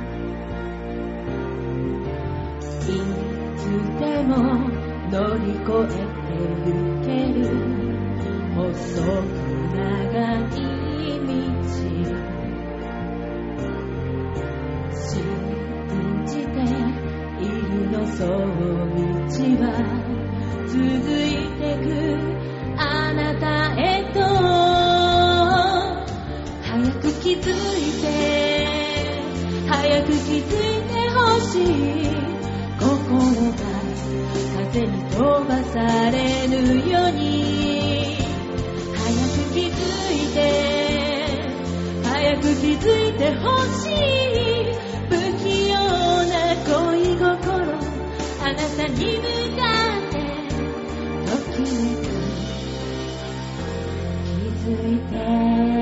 いつでも乗り越えてゆける細く長い道信じているのそう道は続いてくあなたへと早く気づいて早く気づいてほしい心が風に飛ばされぬように早く気づいて早く気づいてほしい不器用な恋心あなたに向かってときめく気づいて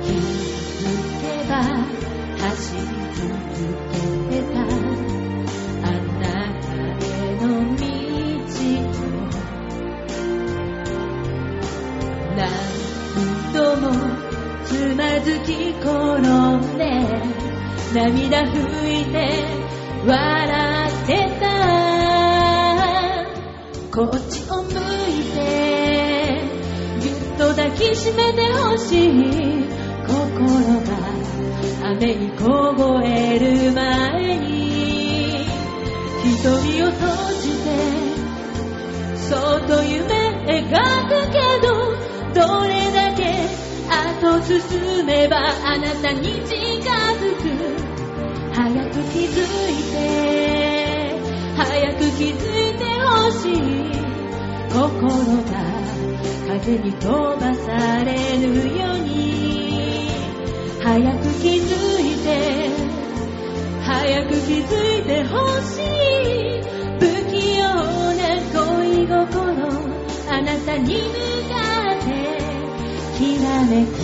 けば走り続けてたあなたへの道を何度もつまずき転んで涙拭いて笑ってたこっちを向いてぎゅっと抱きしめてほしい心が雨に凍える前に瞳を閉じてそっと夢描くけどどれだけ後進めばあなたに近づく早く気づいて早く気づいてほしい心が風に飛ばされるように早く気づいて早く気づいてほしい不器用な恋心あなたに向かってきらめく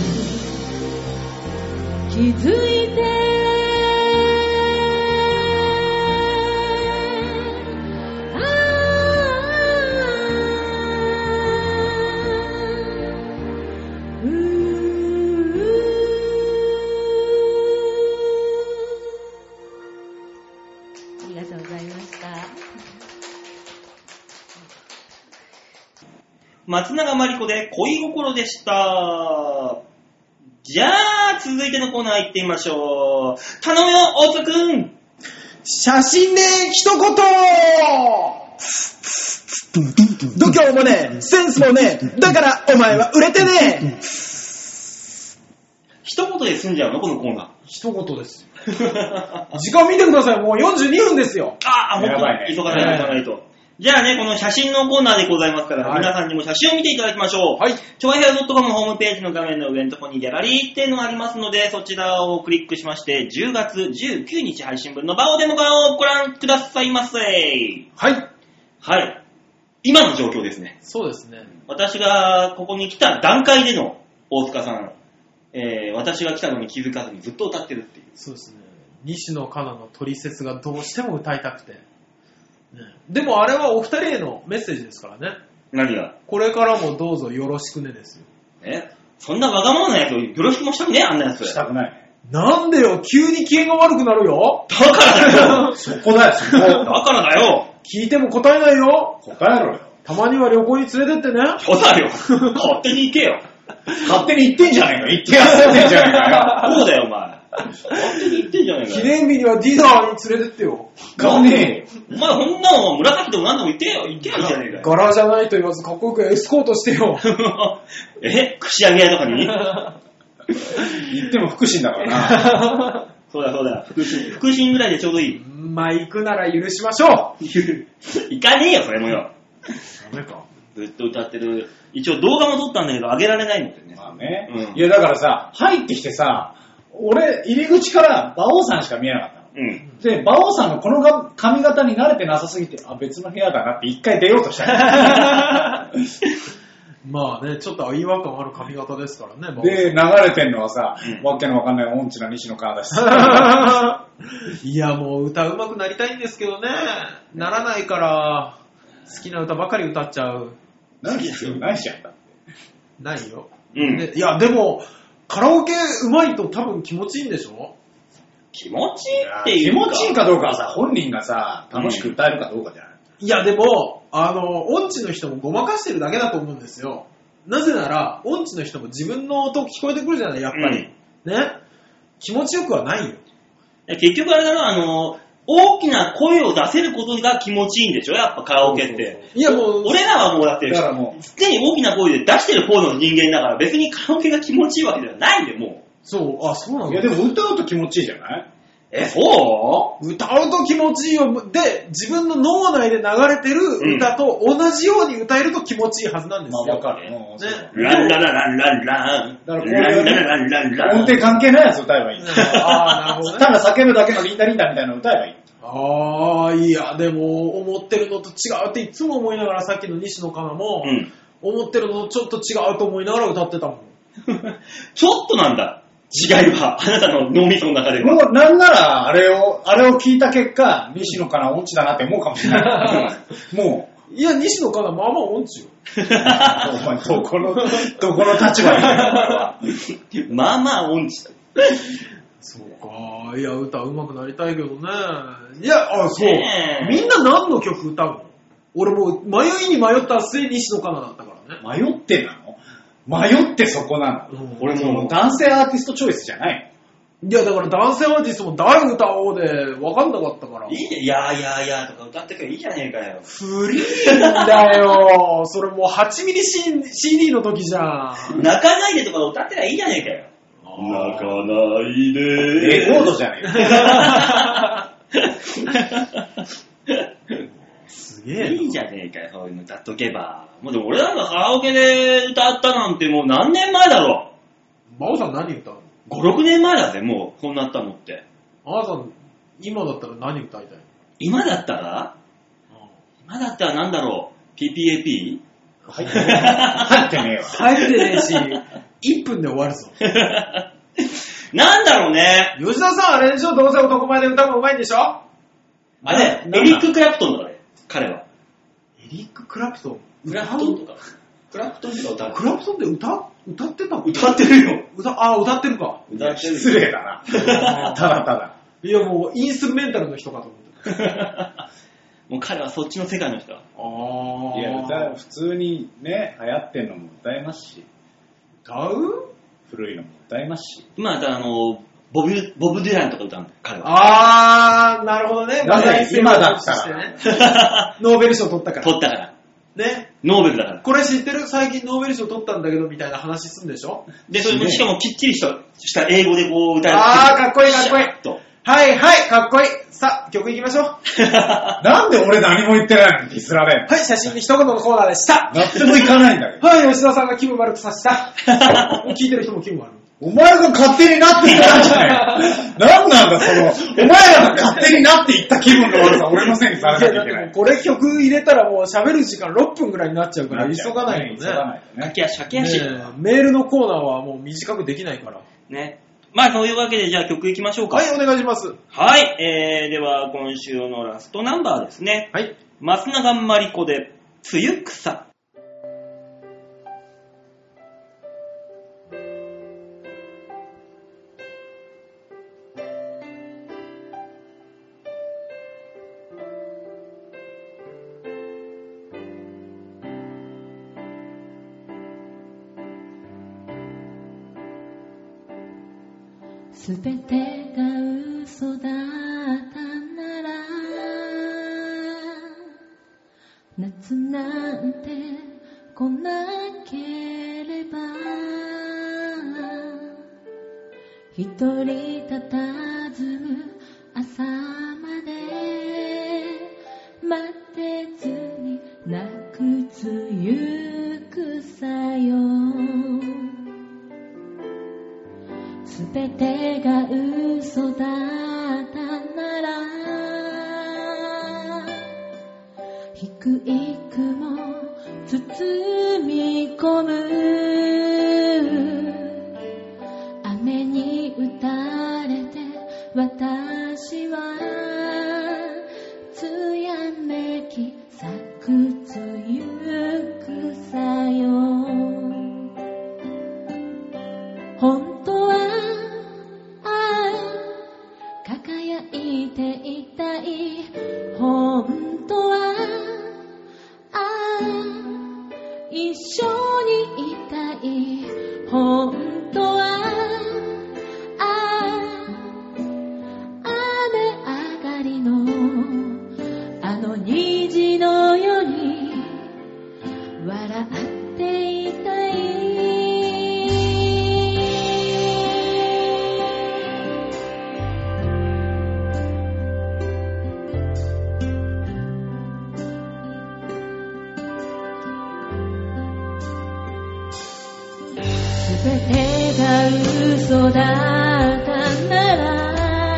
気づいて松永まりこで恋心でした。じゃあ、続いてのコーナー行ってみましょう。頼むよ、大津くん。 写真で一言度胸もねえ、センスもねえ、だからお前は売れてねえ。 一言で済んじゃうのこのコーナー。 一言ですよ。時間見てください、もう42分ですよ。 あ、もっと急がないと。じゃあね、この写真のコーナーでございますから、皆さんにも写真を見ていただきましょう。はい。ちょわへや .com ホームページの画面の上のところにギャラリーっていうのがありますので、そちらをクリックしまして、10月19日配信分のバオデモ画をご覧くださいませ。はい。はい。今の状況ですね。 そうですね。 私がここに来た段階での大塚さん、私が来たのに気づかずにずっと歌ってるっていう。 そうですね。西野カナのトリセツがどうしても歌いたくて。ね、でもあれはお二人へのメッセージですからね。 何が？ これからもどうぞよろしくねですよ。 そんなわがままなやつをよろしくもしたくねえ、あんなやつ。 したくない。 なんでよ、急に機嫌が悪くなるよ。 だからだよ。 そこだよ、そこ。 だからだよ。 聞いても答えないよ。 答えろよ。 たまには旅行に連れてってね。 そうだよ。勝手に行けよ。 勝手に行ってんじゃねえか。行ってやってんじゃねえかよ。そうだよ、お前。勝手に行ってんじゃねえかよ。 記念日にはディナーに連れてってよ。 がねえ。お前こんなの紫でも何でも言ってよ。言ってやるじゃねえかよ。 柄じゃないと言わずかっこよくエスコートしてよ。 串揚げ屋とかに行っても福神だからな。 そうだ。福神ぐらいでちょうどいい。 まあ行くなら許しましょう。 行かねえよ、それもよ。 ダメか。 ずっと歌ってる。一応動画も撮ったんだけど、上げられないんだよね。 まあね。いや、だからさ、入ってきてさ、俺、入り口から馬王さんしか見えなかったの。で、馬王さんのこの髪型に慣れてなさすぎて、あ、別の部屋だなって一回出ようとした。 まあね、ちょっと違和感ある髪型ですからね。 で、流れてんのはさ、わけのわかんない音痴な西野カナだし。 いや、もう歌上手くなりたいんですけどね。ならないから、好きな歌ばかり歌っちゃう。 何ですよ、何しちゃったって。 ないよ。いや、でも、カラオケ上手いと多分気持ちいいんでしょ？ 気持ちいいっていうか。気持ちいいかどうかはさ、本人がさ、楽しく歌えるかどうかじゃない。 いや、でも、音痴の人もごまかしてるだけだと思うんですよ。なぜなら、音痴の人も自分の音聞こえてくるじゃない、やっぱり。ね。気持ちよくはないよ。 結局あれだな、大きな声を出せることが気持ちいいんでしょ、やっぱカラオケって。 いやもう、 俺らはもうだって、常に大きな声で出してる方の人間だから、別にカラオケが気持ちいいわけではないんで、もう。 そう、あ、そうなんだ。 いや、でも歌うと気持ちいいじゃない？ そう歌うと気持ちいいよ。で、自分の脳内で流れてる歌と同じように歌えると気持ちいいはずなんですよ。 まあ、わかる。ね。 ランララランランラン。 だからこういう音程関係ないやつ歌えばいい。 ああ、なるほどね。 ただ叫ぶだけのリンダリンダみたいなの歌えばいい。 ああ、いや、でも、思ってるのと違うっていつも思いながら、さっきの西野カナも、思ってるのとちょっと違うと思いながら歌ってたもん。 ちょっとなんだ。 違いは、あなたの脳みその中では。 もうなんなら、あれを聞いた結果、西野カナ音痴だなって思うかもしれない。もう。 いや、西野カナまあまあ音痴よ。 お前、どこの立場だよ、 まあまあ音痴だ。 そうか。いや、歌上手くなりたいけどね。いや、そう。みんな何の曲歌うの？俺もう迷いに迷った末西野カナだったからね。 迷ってなの？迷ってそこなの？俺もう男性アーティストチョイスじゃないの？いや、だから男性アーティストも誰歌おうで分かんなかったから。 いいね、いやとか歌ってくればいいじゃねえかよ。 フリーだよ。それもう8ミリ CD の時じゃん。 泣かないでとか歌ってりゃいいじゃねえかよ。泣かないでレコードじゃねえか。すげえ。いいじゃねえかよ、そういうの歌っとけば。もうでも俺なんかカラオケで歌ったなんてもう何年前だろう。馬王さん何歌うの ？5、6年前だぜ、もう、こうなったのって。 あなた、今だったら何歌いたい？ 今だったらなんだろう？ PPAP？ 入ってねえわ。 入ってねえし、1分で終わるぞ。 なんだろうね。 吉田さんあれでしょ？どうせ男前で歌うの上手いんでしょ？ あれ、エリック・クラプトンだからね、彼は。 エリック・クラプトン？ クラプトンとか。クラプトンとか歌う。 クラプトンで歌ってたの？ 歌ってるよ。 歌ってるか。 歌ってる。 失礼だな。ただ。 いやもうインストゥルメンタルの人かと思ってた。もう彼はそっちの世界の人だ。 いや、普通にね、流行ってんのも歌えますし。 歌う？ 古いのも歌えますし。 今、ボブ・デュランとか歌うんだよ、彼は。 なるほどね。 なぜ今だったら。 ノーベル賞取ったから。 取ったから。 ね。 ノーベルだから。 これ知ってる？最近ノーベル賞取ったんだけどみたいな話すんでしょ？ で、それもしかもきっちりした英語でこう歌える。 かっこいい。はい、かっこいい。さあ、曲いきましょう。 なんで俺何も言ってないのにディスられん？ はい、写真に一言のコーナーでした。 納得いかないんだけど。 はい、吉田さんが気分悪くさせた。聞いてる人も気分悪い。 お前が勝手になって言ったんじゃないなんなんだ、お前らが勝手になって言った気分の悪さ、俺のせいにされなきゃいけない。 これ曲入れたらもう喋る時間6分ぐらいになっちゃうから、急がないとね。 駆け足メールのコーナーはもう短くできないから。 ね。まあ、そういうわけで、じゃあ曲いきましょうか。 はい、お願いします。 はい、では、今週のラストナンバーですね。 はい。 松永まりこで、梅雨草。 すべてが嘘だったなら夏なんて来なければ一人佇む朝まで待てずに泣く梅雨草よすべてが嘘だったなら低い雲包み込む雨に打たれて私はつやめき咲く梅雨草よ本当は輝いていたい本当は一緒にいたい本当は雨上がりのあの虹のように笑っていたいすべてが嘘だったなら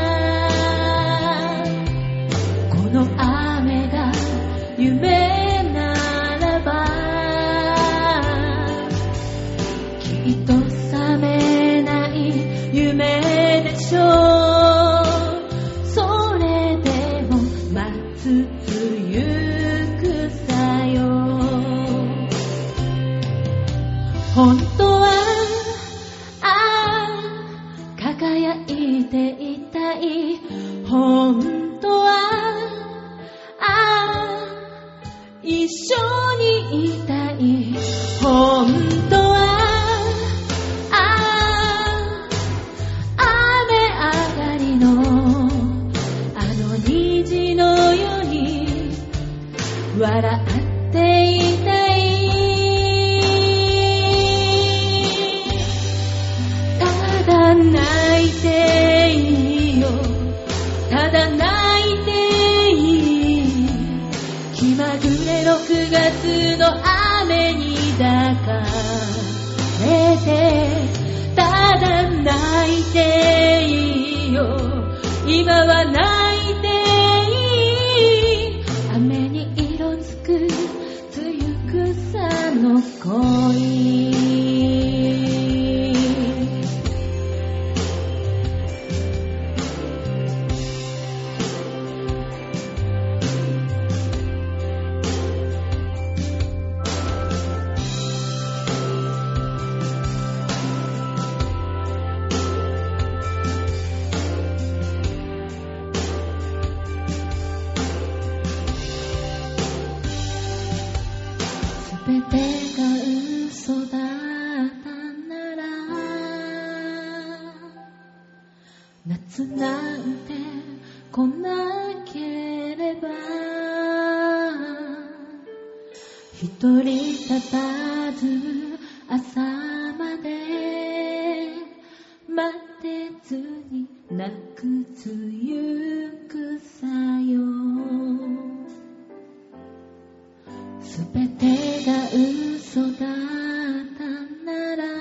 この雨が夢ならばきっと覚めない夢いていたい本当は一緒にいたい本当は雨上がりのあの虹のように笑っていたいただ泣いていいよただ泣いていい気まぐれ6月の雨に抱かれてただ泣いていいよ今は泣いていい雨に色づく梅雨草の恋全てが嘘だったなら夏なんて来なければ一人立たず朝まで待てずに泣く梅雨草よすべてが嘘だったなら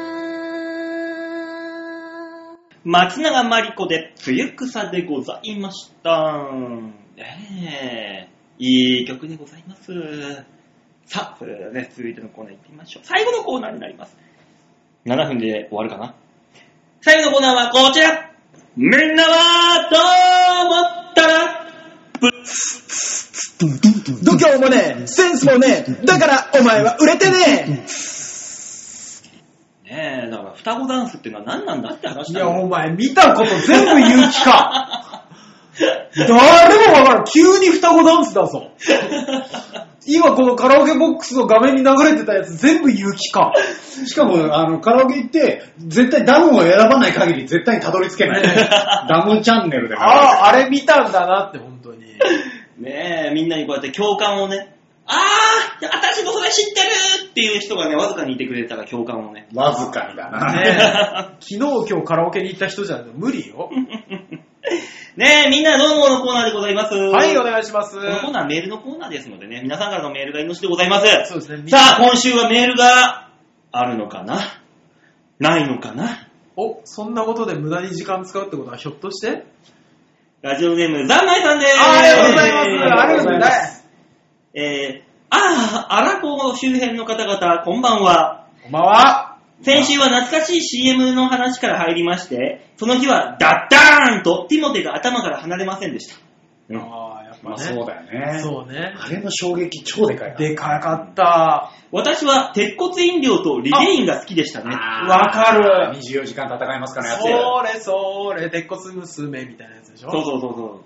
松永まりこで梅雨草でございました。いい曲でございます。さあ、それではね、続いてのコーナー行ってみましょう。最後のコーナーになります。7分で終わるかな。最後のコーナーはこちら。みんなはどう思ったら度胸もねえ、センスもねえ、だからお前は売れてねえ。ねえ、だから双子ダンスっていうのは何なんだって話だいや、お前見たこと全部言う気か。誰もわからん。急に双子ダンスだぞ。今このカラオケボックスの画面に流れてたやつ全部言う気か。 しかも、カラオケ行って、絶対ダムを選ばない限り絶対にたどり着けない。ダムチャンネルで。 あれ見たんだなって、本当に。 ねえ、みんなにこうやって共感をね、私もそれ知ってるっていう人がね、わずかにいてくれたら共感をね。 わずかにだな。 ね昨日今日カラオケに行った人じゃ無理よ。 ねえ、みんなどうものコーナーでございます。 はい、お願いします。 このコーナーはメールのコーナーですのでね、皆さんからのメールが命でございます。 そうですね。 さあ、今週はメールがあるのかなないのかなお、そんなことで無駄に時間使うってことはひょっとしてラジオネーム、ざんまいさんでーす。 ありがとうございます。あるんだよ。アラフォー周辺の方々、こんばんは。 こんばんは。 先週は懐かしい CM の話から入りまして、その日はダッダーンとティモテが頭から離れませんでした。 やっぱね。 そうだよね。 そうね。 あれの衝撃超でかい。 でかかった。 私は鉄骨飲料とリゲインが好きでしたね。 わかる。 24時間戦いますからやつ。 それ、鉄骨娘みたいなやつでしょ。 そう。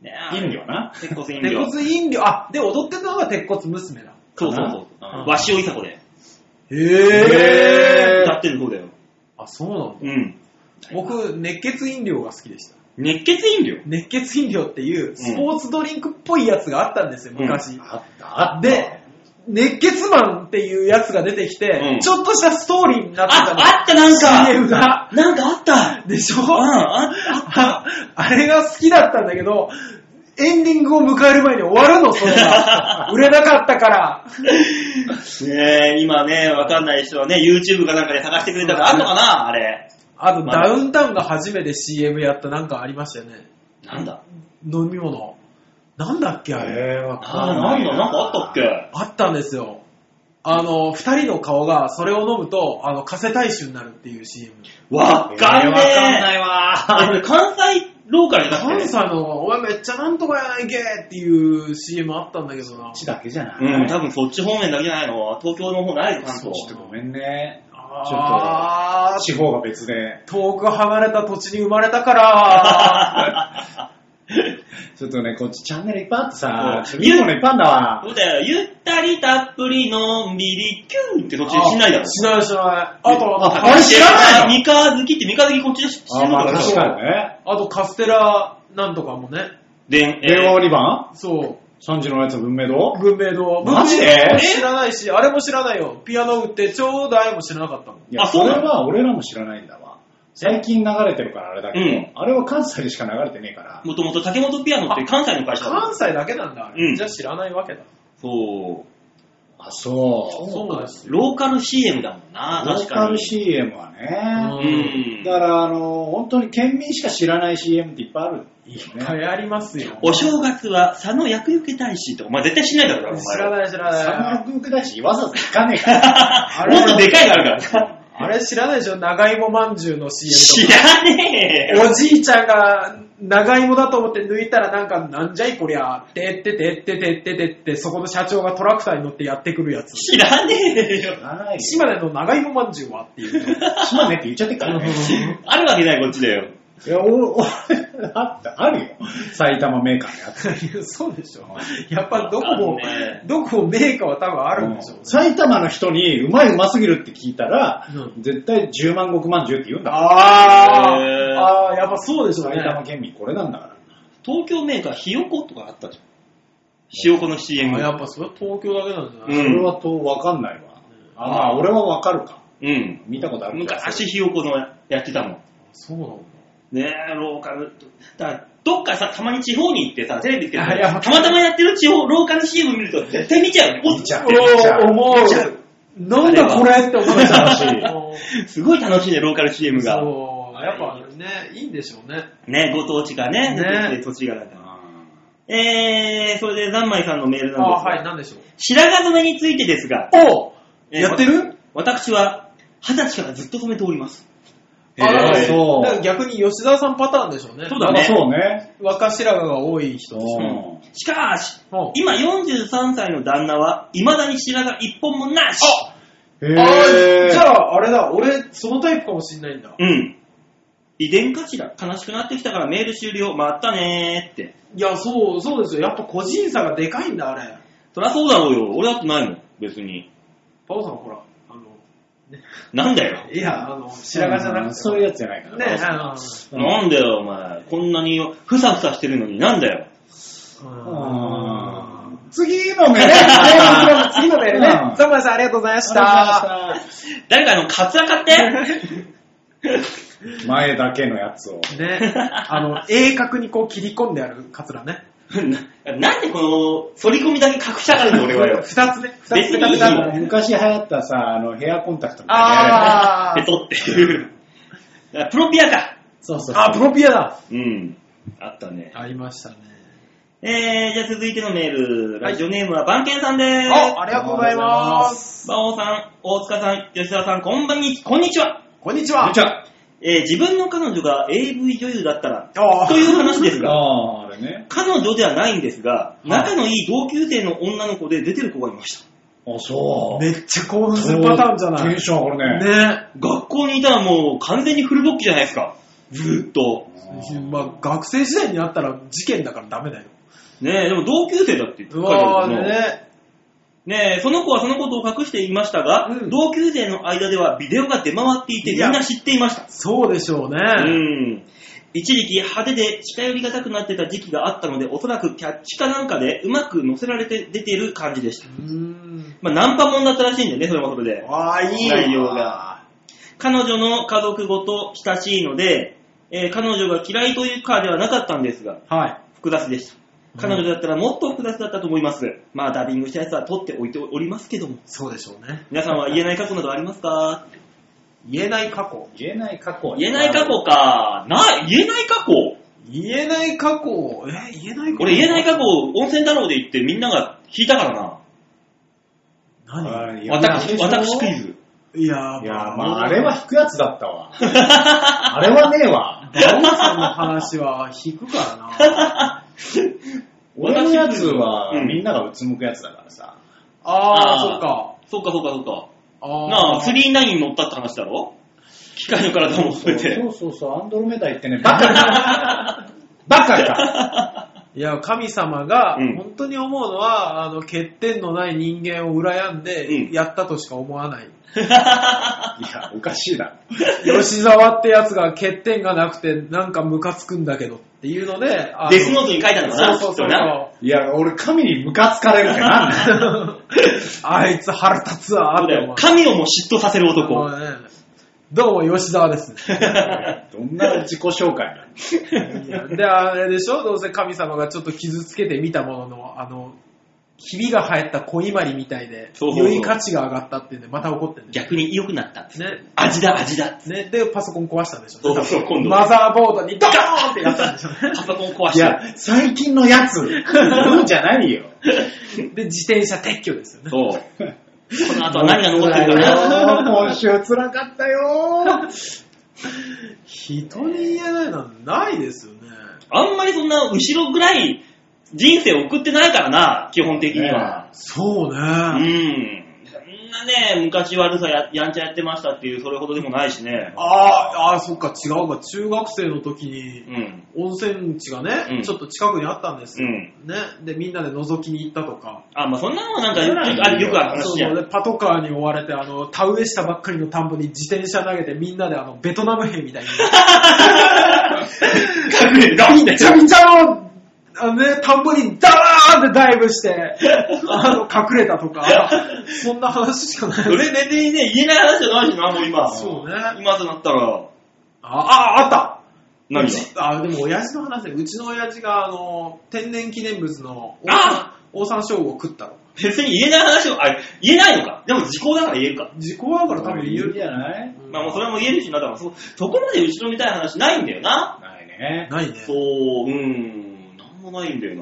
ね、 飲料な。 鉄骨飲料。 鉄骨飲料。で、踊ってたのが鉄骨娘だ。 そう。わしおいさこで。 へぇ歌ってる方だよ。 あ、そうなんだ。 うん。 僕、熱血飲料が好きでした。 熱血飲料熱血飲料っていうスポーツドリンクっぽいやつがあったんですよ、昔。 あった。 で、熱血マンっていうやつが出てきて、ちょっとしたストーリーになってたの。 あったなんか CM が。 なんかあったでしょあれが好きだったんだけど、エンディングを迎える前に終わるの、それが。売れなかったから。 ねえ、今ね、わかんない人はね、YouTube かなんかで探してくれたらあんのかなあれ。 あと、ダウンタウンが初めて CM やったなんかありましたよね。 なんだ飲み物。なんだっけあれ。 なんかあったっけあったんですよ。二人の顔がそれを飲むと、加瀬大衆になるっていう CM。 わかんねえ。 わかんないわ。 関西ローカルになって関西の、お前めっちゃなんとかやないけっていう CM あったんだけどな。 こっちだけじゃない。 多分そっち方面だけじゃないの。東京の方ないの、関東。 ちょっとごめんね。 ちょっと、地方が別で。 遠く離れた土地に生まれたから。 ちょっとね、こっちチャンネルいっぱいあってさ、いいものいっぱいあんだわ。 そうだよ、ゆったりたっぷりのんびりキューって途中しないだろ。 しない。あれ知らないの？三日月って三日月こっちで知ってるのかな？ 確かにね。 あとカステラなんとかもね。 電話リバン？ そう。 3時のやつ文明堂？ 文明堂。 マジで？ 知らないし、あれも知らないよ。ピアノ売ってちょうだいも知らなかったもん。 いや、それは俺らも知らないんだわ。最近流れてるからあれだけど、あれは関西でしか流れてねえから。 もともと竹本ピアノって関西の会社だ。 関西だけなんだ。じゃあ知らないわけだ。 そう。 あ、そう。 そうです。 ローカル CM だもんな、確かに。 ローカル CM はね。だから本当に県民しか知らない CM っていっぱいある。 いっぱいありますよ。 お正月は佐野厄除け大使とか、お前絶対知らないだろ、お前。 知らない。 佐野厄除け大使わざわざ行かねえから。 もっとでかいのあるから。 あれ知らないでしょ、長芋まんじゅうの CM とか。知らねえよ。 おじいちゃんが長芋だと思って抜いたらなんじゃいこりゃ、てってそこの社長がトラクターに乗ってやってくるやつ。 知らねえよ。 島根の長芋まんじゅうはっていう。 島根って言っちゃってっからね。 あるわけない、こっちだよ。 いや、あるよ。埼玉メーカーのやつ。 そうでしょ。やっぱどこもメーカーは多分あるんでしょう、ね。 埼玉の人にうますぎるって聞いたら、絶対10万石まんじゅうって言うんだ。 やっぱそうでしょうね。 埼玉県民これなんだから。 東京メーカーひよことかあったじゃん。ひよこの CM。 やっぱそれは東京だけなんじゃない？ それはわかんないわ。まあ俺はわかるか。見たことある。 昔ひよこのやってたもん。 そうなんだ。 ねえ、ローカル。だからどっかさ、たまに地方に行ってさ、テレビってたまたまやってるローカル CM 見ると絶対見ちゃうよ。 見ちゃう。 なんだこれって思っちゃうし。すごい楽しいね、ローカル CM が。 そう。やっぱね、いいんでしょうね。 ね、ご当地がね、土地がなんだ。それで、ざんまいさんのメールなんですが。 はい、なんでしょう。 白髪染めについてですが。 やってる？ 私は、20歳からずっと染めております。 そう。だから逆に吉沢さんパターンでしょうね。 そうだね。 そうね。 若白髪が多い人です。 しかし、今43歳の旦那は、未だに白髪一本もなし。 じゃあ、あれだ、俺、そのタイプかもしんないんだ。 遺伝かしら？悲しくなってきたからメール終了。またねーって。 いや、そうですよ。やっぱ個人差がでかいんだ、あれ。 そりゃそうだろうよ。俺だってないもん、別に。 パオさんほら。 なんだよ。 いや、白髪じゃなくて。 そういうやつじゃないからね。 なんだよ、お前。こんなにふさふさしてるのになんだよ。 次のメール。 次のメールね。ざんまいさんありがとうございました。 誰かカツラ買って。 前だけのやつを。 ね。鋭角にこう切り込んであるカツラね。 なんでこの、反り込みだけ隠したがるの俺はよ。 二つね。 別にいいよ。 昔流行ったさ、ヘアコンタクトみたいな。 ペトっていう。プロピアか。 そうそう。 プロピアだ。 あったね。 ありましたね。 じゃあ続いてのメール。ラジオネームはバンケンさんでーす。 ありがとうございます。 バオさん、大塚さん、吉沢さん、こんにちは。 こんにちは。 自分の彼女が AV 女優だったら、という話ですが、彼女ではないんですが、仲のいい同級生の女の子で出てる子がいました。 そう。 めっちゃ興奮するパターンじゃない。 テンション上がるね。 ね。学校にいたらもう完全にフルボッキじゃないですか。ずっと。 まあ、学生時代にあったら事件だからダメだよ。 ねえ、でも同級生だって言って書いてあるねえ、その子はそのことを隠していましたが、同級生の間ではビデオが出回っていてみんな知っていました。 そうでしょうね。 一時期派手で近寄りがたくなってた時期があったので、おそらくキャッチかなんかでうまく乗せられて出ている感じでした。まあ、ナンパもんだったらしいんだよね、それもそれで。 いい内容が。彼女の家族ごと親しいので、彼女が嫌いというかではなかったんですが、複雑でした。彼女だったらもっと複雑だったと思います。まあダビングしたやつは取っておいておりますけども。 そうでしょうね。 皆さんは言えない過去などありますか？ 言えない過去。 言えない過去か。 言えない過去。言えない過去言えない過去。言えない過去。 俺言えない過去、温泉太郎で行ってみんなが引いたからな。 何？ 私クイズ。 いやまああれは引くやつだったわ。あれはねえわ。 バオさんの話は引くからな。 俺のやつはみんながうつむくやつだからさ。 そっか。 そっか。 なあ、39乗ったって話だろ？機械の体も含めて。 そう、アンドロメダ行ってね、バカか。 いや、神様が本当に思うのは、欠点のない人間を羨んで、やったとしか思わない。 いや、おかしいな。 吉沢ってやつが欠点がなくて、なんかムカつくんだけどっていうので、 デスノートに書いたのかな？ そう。 いや、俺神にムカつかれるってなんだよ。 あいつ腹立つわーって思う。 神をも嫉妬させる男。 どうも、吉沢です。 どんな自己紹介なの？で、あれでしょ？どうせ神様がちょっと傷つけてみたものの、ひびが生えた小伊万里みたいで、より価値が上がったっていうんで、また怒ってるんで。 逆に良くなった。 ね。 味だ。 ね。で、パソコン壊したんでしょ？ そう、今度。 マザーボードにドーンってやったんでしょ？ パソコン壊した。 いや、最近のやつ。うんじゃないよ。 で、自転車撤去ですよね。 そう。この後は何が残ってるかな。 今週辛かったよ。 人に言えないのはないですよね。 あんまりそんな後ろぐらい人生送ってないからな、基本的には。 そうね。 そんなね、昔悪さやんちゃやってましたっていう、それほどでもないしね。 そっか、違うか。中学生の時に、温泉地がね、ちょっと近くにあったんですよ。ね。で、みんなで覗きに行ったとか。 まあそんなのはなんかよくある話じゃん。 そうで、パトカーに追われて、田植えしたばっかりの田んぼに自転車投げて、みんなでベトナム兵みたいに。 隠れる。 めちゃめちゃ田んぼにダーンってダイブして、隠れたとか、そんな話しかない。 それ全然ね、言えない話じゃないしな、もう今。 そうね。 今となったら。 あった何が？ でも親父の話で、うちの親父が天然記念物のオオサンショウウオを食ったの。 別に言えない話を、言えないのか。でも時効だから言えるか。 時効だから多分言えるじゃない？ まあもうそれも言えるしな、だからそこまで後ろめたい話ないんだよな。 ないね。 ないね。 そう、なんもないんだよ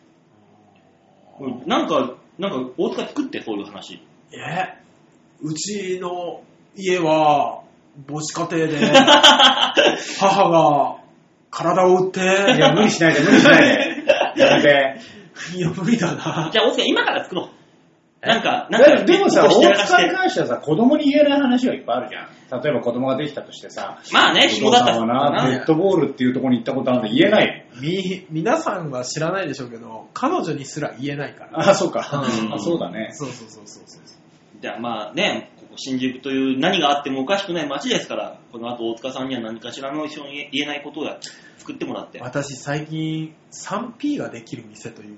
な。なんか、大塚作ってそういう話。 うちの家は、母子家庭で、母が体を打って、 いや、無理しないで。やめて。 いや、無理だな。 じゃあ、大塚今から作ろう。 でもさ、大塚に関してはさ、子供に言えない話はいっぱいあるじゃん。例えば子供ができたとしてさ、 まあね、紐だったらデッドボールっていうところに行ったことあるんで言えない。 皆さんは知らないでしょうけど、彼女にすら言えないから。 そうか。そうだね。 そう。 じゃあまあね、ここ新宿という何があってもおかしくない街ですから、この後大塚さんには何かしらの一緒に言えないことを作ってもらって。 私最近 3P ができる店という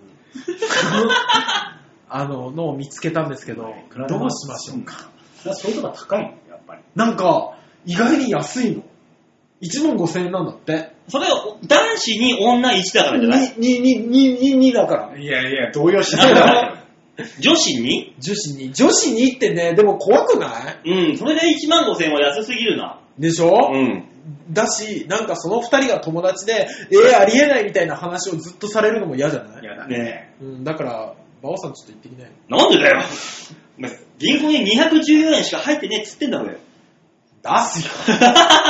のを見つけたんですけど、どうしましょうか。 そういうとこ高いのやっぱり。 なんか意外に安いの。15,000円なんだって。 それを男子に女1だからじゃない？ 2だから。 いや、動揺しないだろ。 女子にってね、でも怖くない？ それで15,000円は安すぎるな。 でしょ？だし、なんかその2人が友達で、ありえないみたいな話をずっとされるのも嫌じゃない？ 嫌だね。 だから、馬王さんちょっと行ってきなよ。 なんでだよ。銀行に214円しか入ってねえっつってんだろよ。 出すよ。 出すん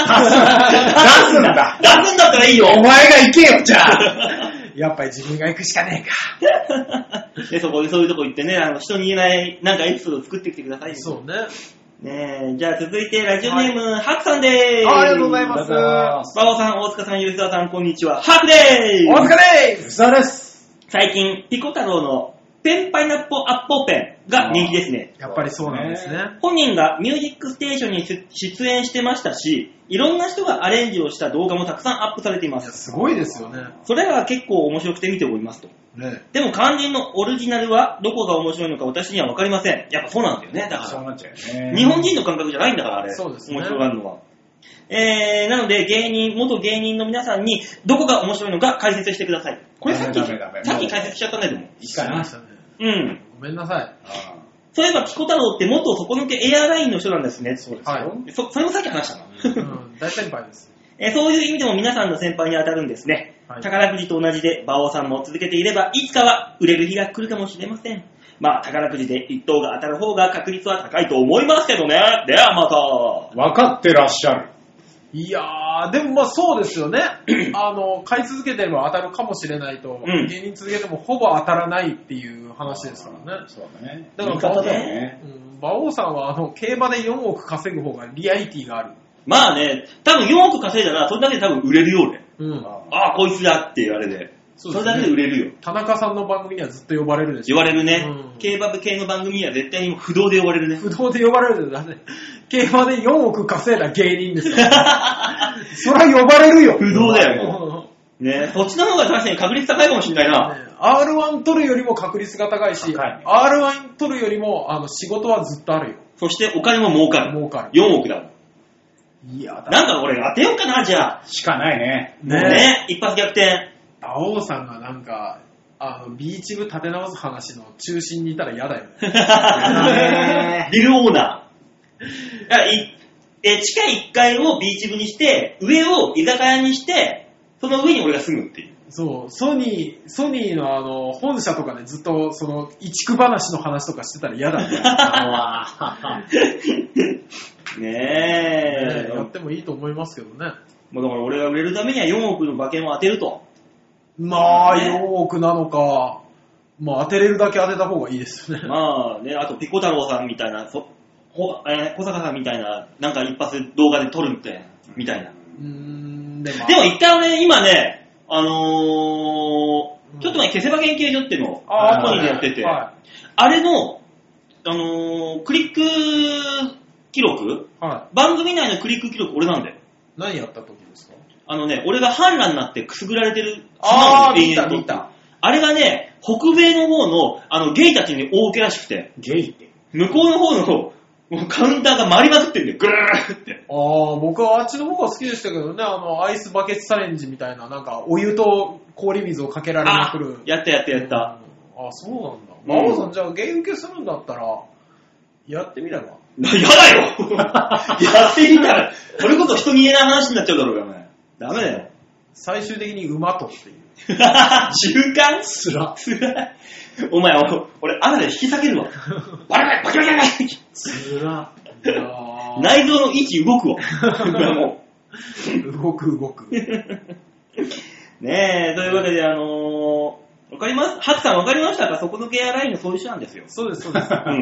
だ。 出すんだったらいいよ。 お前が行けよ、じゃあ。 やっぱり自分が行くしかねえか。で、そこでそういうとこ行ってね、人に言えないなんかエピソードを作ってきてくださいよ。 そうね。 ねえ、じゃあ続いてラジオネーム、ハクさんでーす。 ありがとうございます。 馬王さん、大塚さん、吉沢さん、こんにちは。ハクでーす。 大塚でーす。 吉沢です。 最近、ピコ太郎のペンパイナッポーアッポーペンが人気ですね。 やっぱりそうなんですね。 本人がミュージックステーションに出演してましたし、いろんな人がアレンジをした動画もたくさんアップされています。 すごいですよね。 それらは結構面白くて見ておりますと。でも肝心のオリジナルはどこが面白いのか私には分かりません。やっぱそうなんだよね。だから。 そうなっちゃうよね。 日本人の感覚じゃないんだから、あれ。 そうですね。 面白がるのは。なので元芸人の皆さんにどこが面白いのか解説してください。これさっき解説しちゃったね、でも。 いいかな。 ごめんなさい。 そういえば、ピコ太郎って元底抜けエアラインの人なんですね。 そうですよ。 それもさっき話したの。 大先輩です。 そういう意味でも皆さんの先輩に当たるんですね。宝くじと同じで、馬王さんも続けていれば、いつかは売れる日が来るかもしれません。まあ、宝くじで一等が当たる方が確率は高いと思いますけどね。ではまた。 分かってらっしゃる。 いやー、でもまあそうですよね。買い続けてれば当たるかもしれないと、芸人続けてもほぼ当たらないっていう話ですからね。 そうだね。 だから馬馬王さんは競馬で4億稼ぐ方がリアリティがある。 まあね、多分4億稼いだら、それだけで多分売れるよね。 うん。 ああ、こいつだって言われて。それだけで売れるよ。 田中さんの番組にはずっと呼ばれるでしょ。 呼ばれるね。競馬系の番組には絶対に不動で呼ばれるね。 不動で呼ばれるんだね。競馬で4億稼いだ芸人ですよ。そりゃ呼ばれるよ。 不動だよ、もう。ね、そっちの方が確かに確率高いかもしれないな。 R1 取るよりも確率が高いし、R1 取るよりも仕事はずっとあるよ。 そしてお金も儲かる。4億だもん。いやだ。なんか俺当てようかな、じゃあ。 しかないね。 ね、一発逆転。 馬王さんがなんか、ビーチ部立て直す話の中心にいたら嫌だよね。ビルオーナー。地下1階をビーチ部にして、上を居酒屋にして、その上に俺が住むっていう。 そう、ソニーの本社とかでずっと移築話の話とかしてたら嫌だね。ねえ。やってもいいと思いますけどね。 だから俺が売れるためには4億の馬券を当てると。 まあ、4億なのか。まあ、当てれるだけ当てた方がいいですよね。 まあね、あとピコ太郎さんみたいな、小坂さんみたいな、なんか一発動画で撮るって、みたいな。でも一回俺、今ね、ちょっと前、消せば研究所っていうのを、ソニーでやってて、あれの、クリック記録、番組内のクリック記録俺なんだよ。 何やった時ですか？ 俺が反乱になってくすぐられてる見た。 あれがね、北米の方の、ゲイたちに大受けらしくて。 ゲイって？ 向こうの方の、もうカウンターが回りまくってんだよ、ぐるーって。 僕はあっちの方が好きでしたけどね、アイスバケツチャレンジみたいな、なんか、お湯と氷水をかけられまくる。 やった。 そうなんだ。馬王さん、じゃあゲイ受けするんだったら、やってみれば。 やだよやってみたら、それこそ人に言えない話になっちゃうだろうが、お前。ダメだよ。 最終的に馬とっていう。 習慣つら。お前、俺、穴で引き裂けるわ。バリバリバキバキバキつら。 内臓の位置動くわ。 動く。 ねえ、というわけで、わかります？ハクさんわかりましたか？そこのゲアラインのそういう人なんですよ。 そうです。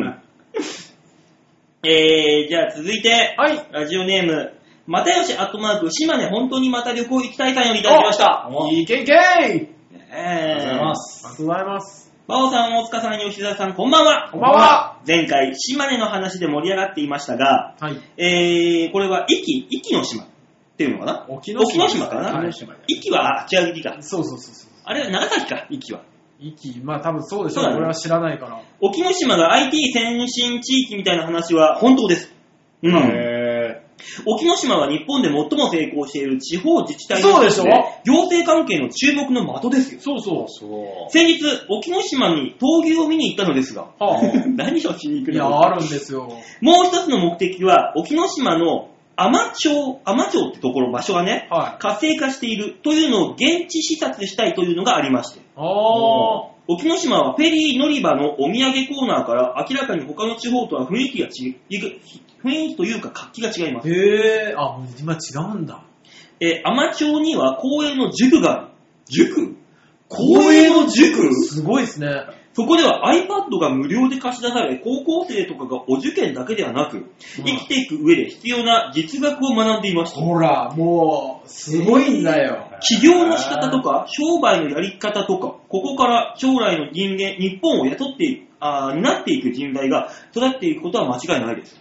じゃあ続いて、 はい。 ラジオネーム、またよし@島根本当にまた旅行行きたいさんよりいただきました。 いけいけー。 ありがとうございます。 ありがとうございます。 バオさん、大塚さん、吉田さん、こんばんは。 こんばんは。 前回、島根の話で盛り上がっていましたが、 はい。 これは、壱岐の島っていうのかな？ 沖ノ島かな？壱岐は、違う壱岐か。 そう。 あれは長崎か、壱岐は。 壱岐、まあ多分そうでしょう。俺は知らないから。 沖ノ島が IT 先進地域みたいな話は本当です。沖ノ島は日本で最も成功している地方自治体の一つで、行政関係の注目の的ですよ。 そう。 先日、沖ノ島に闘牛を見に行ったのですが、何をしに行くの？ いや、あるんですよ。 もう一つの目的は、沖ノ島の海士町ってところ、場所がね、活性化しているというのを現地視察したいというのがありまして。沖ノ島はフェリー乗り場のお土産コーナーから明らかに他の地方とは雰囲気というか活気が違います。 へぇー、今違うんだ。 海士町には公営の塾がある。塾？公営の塾？ すごいですね。 そこでは iPad が無料で貸し出され、高校生とかがお受験だけではなく、生きていく上で必要な実学を学んでいました。 ほら、もう、すごいんだよ。 起業の仕方とか、商売のやり方とか、ここから将来の日本を担っていく人材が育っていくことは間違いないです。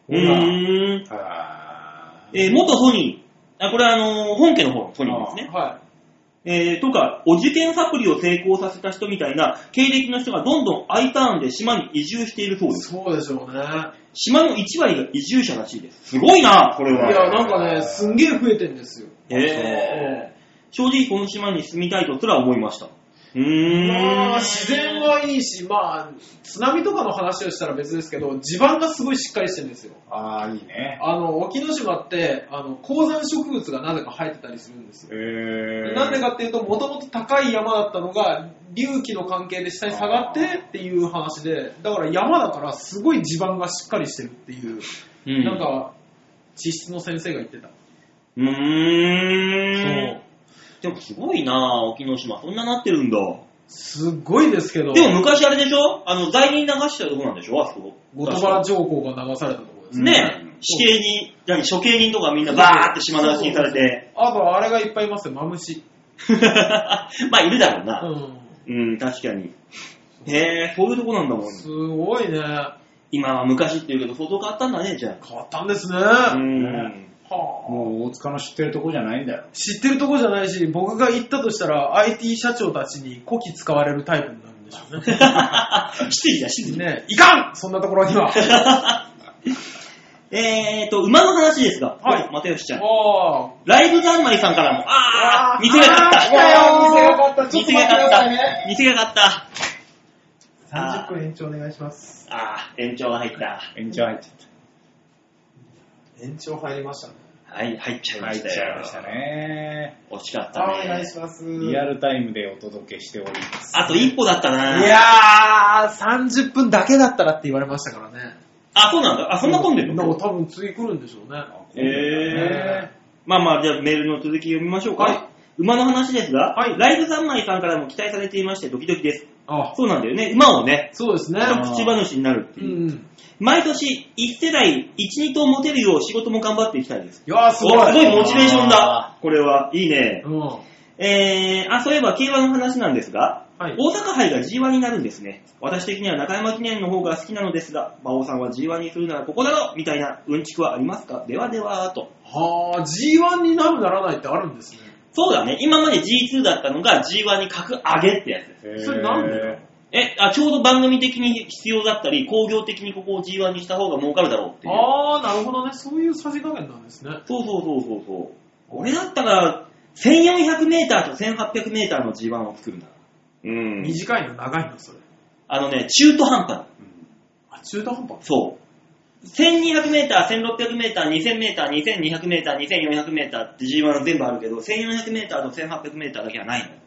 元ソニー、これは本家の方のソニーですね。 はい。 とか、お受験サプリを成功させた人みたいな経歴の人がどんどん I ターンで島に移住しているそうです。 そうでしょうね。 島の1割が移住者らしいです。すごいな、これは。 いや、なんかね、すんげえ増えてんですよ。 正直この島に住みたいとすら思いました。 まあ、自然はいいし、まあ、津波とかの話をしたら別ですけど、地盤がすごいしっかりしてるんですよ。 ああ、いいね。 沖ノ島って、高山植物がなぜか生えてたりするんですよ。なんでかっていうと、もともと高い山だったのが、隆起の関係で下に下がってっていう話で、だから山だからすごい地盤がしっかりしてるっていう、なんか、地質の先生が言ってた。 そう。でもすごいなぁ、沖ノ島。そんななってるんだ。 すごいですけど。 でも昔あれでしょ罪人流したとこなんでしょあそこ。 後鳥羽上皇が流されたところですね。死刑人、処刑人とかみんなバーって島流しにされて。 あとあれがいっぱいいますよ、マムシ。 まあいるだろうな。 うん、 確かに。へぇ、そういうとこなんだもん。 すごいね。 今は昔って言うけど相当変わったんだね、じゃあ。 変わったんですね。 はあ、もう大塚の知ってるとこじゃないんだよ。 知ってるとこじゃないし、僕が行ったとしたら IT 社長たちにこき使われるタイプになるんでしょうね。 失礼だ、失礼。 ね、いかんそんなところには。 馬の話ですが、 はい、 又吉ちゃん。 ライブ三昧さんからも、店が勝った。 店が勝った。ちょっと待ってくださいね。 店が勝った。 30分延長お願いします。 延長が入った。 延長入っちゃった。 延長入りましたね。 はい、入っちゃいましたよ。 入っちゃいましたね。 惜しかったね。 お願いします。 リアルタイムでお届けしております。 あと一歩だったな。 いやー、30分だけだったらって言われましたからね。 そうなんだ。そんな混んでるの？ 多分次来るんでしょうね。 まあ、じゃあメールの続き読みましょうか。はい。馬の話ですが、はい、ライブ三昧さんからも期待されていましてドキドキです。そうなんだよね。馬をね。 そうですね。 口話になるっていう。毎年、1世代、1、2頭持てるよう仕事も頑張っていきたいです。 いやー、すごい。 すごいモチベーションだ。これは。いいね。そういえば競馬の話なんですが、はい、大阪杯が G1 になるんですね。私的には中山記念の方が好きなのですが、馬王さんは G1 にするならここだろみたいなうんちくはありますか？ではではと。 はぁ、G1 になるならないってあるんですね。 そうだね。今まで G2 だったのが G1 に格上げってやつです。 それなんで？ ちょうど番組的に必要だったり、工業的にここを G1 にした方が儲かるだろうっていう。 なるほどね。そういうさじ加減なんですね。 そう。俺だったら、1400メーターと1800メーターの G1 を作るんだ。 短いの長いのそれ。 中途半端。 中途半端？ そう。1200メーター、1600メーター、2000メーター、2200メーター、2400メーターって G1 は全部あるけど、1400メーターと1800メーターだけはないのよ。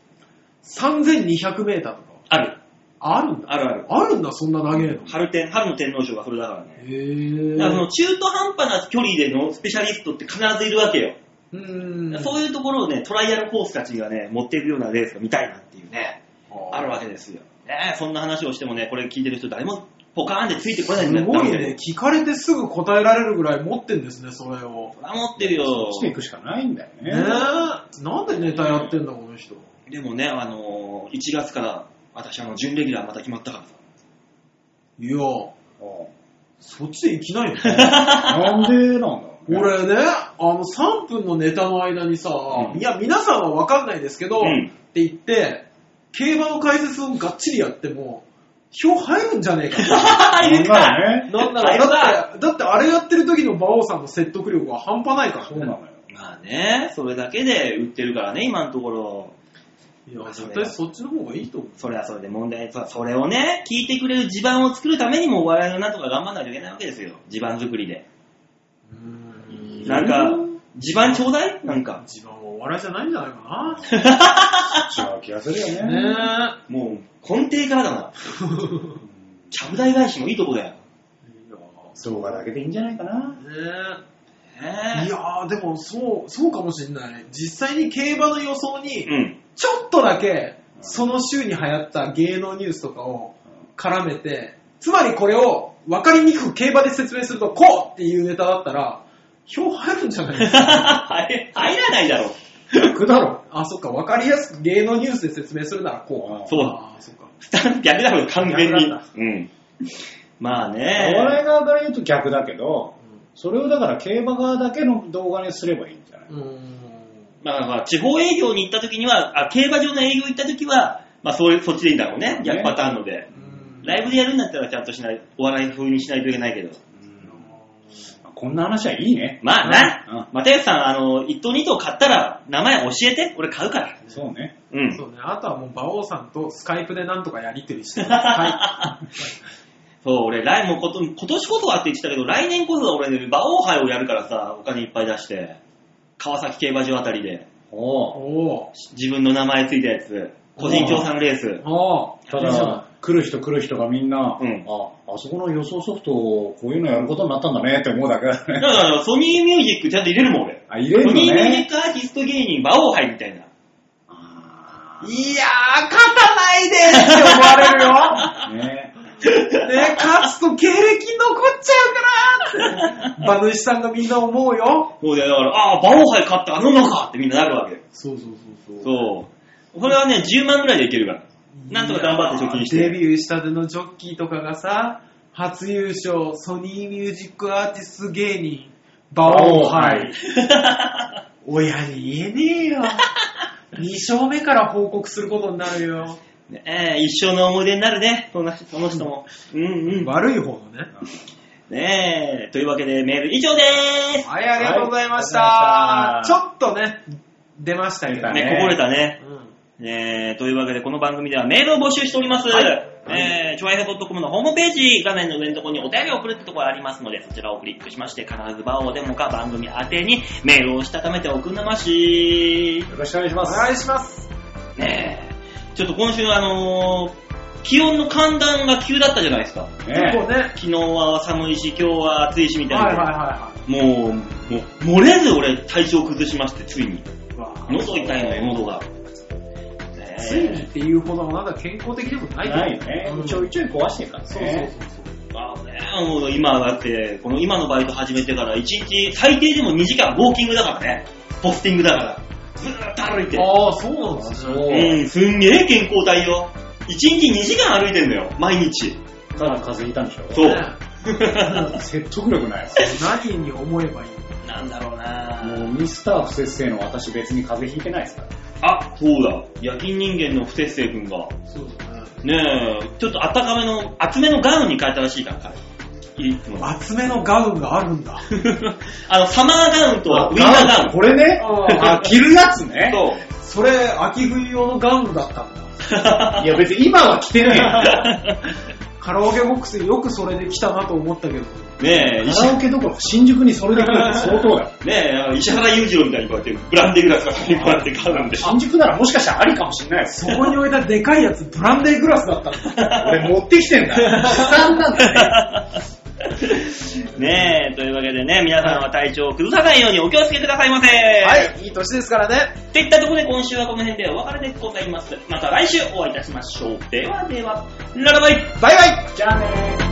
3200メーターとかある。 あるんだ。 ある。 あるんだ、そんな長いの。 春の天皇賞がそれだからね。 だから中途半端な距離でのスペシャリストって必ずいるわけよ。そういうところをね、トライアルコースたちがね、持っていくようなレースが見たいなっていうね、あるわけですよ。そんな話をしてもね、これ聞いてる人誰もポカーンってついてこれないんだよ。 すごいね。聞かれてすぐ答えられるぐらい持ってんですね、それを。 それは持ってるよ。 していくしかないんだよね。 なんでネタやってんだ、この人。 でもね、1月から私準レギュラーまた決まったからさ。 いや、そっちで行きないのなんでなんだろうね。 俺ね、3分のネタの間にさ、いや、皆さんは分かんないですけど、って言って、競馬の解説をがっちりやっても、票入るんじゃねえか入るかなんだろう。だってあれやってる時の馬王さんの説得力は半端ないからね。 そうなのよ。 まあね、それだけで売ってるからね、今のところ。 いや、絶対そっちの方がいいと思う。 それはそれで問題。それをね、聞いてくれる地盤を作るためにもお笑いのなんとか頑張らないといけないわけですよ。地盤作りで。なんか、地盤ちょうだいなんか。 地盤はお笑いじゃないんじゃないかな。 違う気がするよね。 もう、根底からだな。ちゃぶ台返しもいいとこだよ。 動画だけでいいんじゃないかな。 いやー、でもそうかもしんない。実際に競馬の予想に、ちょっとだけ、その週に流行った芸能ニュースとかを絡めて、つまりこれを分かりにくく競馬で説明すると、こうっていうネタだったら、票入るんじゃないですか。 入らないだろ。 逆だろ。そっか、分かりやすく芸能ニュースで説明するならこう。 そうだ。そっか。逆だろ、完全に。まあね。 お笑い側から言うと逆だけど、それをだから競馬側だけの動画にすればいいんじゃない？ まあ、地方営業に行った時には、競馬場の営業行った時は、まあそっちでいいんだろうね。逆パターンので。ライブでやるんだったらちゃんとお笑い風にしないといけないけど。 こんな話はいいね。 まあな。又吉さん、1頭2頭買ったら名前教えて。俺買うから。 そうね。 そうね。あとはもう馬王さんとスカイプでなんとかやり取りしてください。 そう、俺、今年こそはって言ってたけど、来年こそは俺ね、馬王杯をやるからさ、お金いっぱい出して、川崎競馬場あたりで、自分の名前ついたやつ、個人協賛レース。 ただ、来る人がみんな、あそこの予想ソフト、こういうのやることになったんだねって思うだけだね。 だから、ソニーミュージックちゃんと入れるもん、俺。 入れるのね。 ソニーミュージックアーティスト芸人、馬王杯みたいな。 いやー、勝たないでって思われるよ。ね、勝つと経歴残っちゃうからって馬主さんがみんな思うよ。 そうだよ、だから馬王杯勝ったあの馬かってみんななるわけ。 そう。 これはね、10万ぐらいでいけるから。なんとか頑張って貯金して。 デビューしたてのジョッキーとかがさ、初優勝、ソニーミュージックアーティスト芸人、馬王杯。親に言えねえよ。2勝目から報告することになるよ。 ねえ、一生の思い出になるね、その人も。 悪い方のね。 ねえ、というわけでメール以上でーす。 はい、ありがとうございました。ちょっとね、出ましたけどね。こぼれたね。というわけでこの番組ではメールを募集しております。ちょわへよ .com のホームページ、画面の上のところにお便りを送るってところがありますので、そちらをクリックしまして、必ず場をデモか番組宛てにメールをしたためておくんなまし。 よろしくお願いします。 お願いします。 ねえ、ちょっと今週気温の寒暖が急だったじゃないですか。 結構ね。 昨日は寒いし、今日は暑いしみたいな。 もう、漏れず俺体調崩しまして、ついに。喉痛いのよ、喉が。 ついにっていうほどなんか健康的でもないよね。ちょいちょい壊してるからね。 もう今だって、この今のバイト始めてから1日最低でも2時間ウォーキングだからね。ポスティングだから。ずーっと歩いて。 ああ、そうなんですね。 すんげえ健康体よ。1日2時間歩いてんのよ、毎日。 ただ風邪ひいたんでしょ。 そう。 説得力ない。 何に思えばいいの？なんだろうな。 もうミスター不節制の私別に風邪ひいてないですから。 あ、そうだ。夜勤人間の不節制君が。 そうですね。ねえ、ちょっとあったかめの、厚めのガウンに変えたらしいから、彼。 厚めのガウンがあるんだ。 サマーガウンとウィンターガウン。 これね。着るやつね。 そう。それ、秋冬用のガウンだったんだ。いや別に今は着てないよ。 カラオケボックスでよくそれで来たなと思ったけど。 ねえ、 カラオケどころか新宿にそれで来るって相当だ。 ねえ、石原裕次郎みたいにこうやってブランデーグラスとかにこうやって買うんで。 新宿ならもしかしたらありかもしれないです。 そこに置いたでかいやつ、ブランデーグラスだったんだ。 俺持ってきてんだ。持参なんだね。 ねえ、というわけでね、皆さんは体調を崩さないようにお気をつけくださいませ。 はい、いい年ですからね。 っていったところで今週はこの辺でお別れでございます。また来週お会いいたしましょう。ではでは、ララバイ。 バイバイ。 じゃあねー。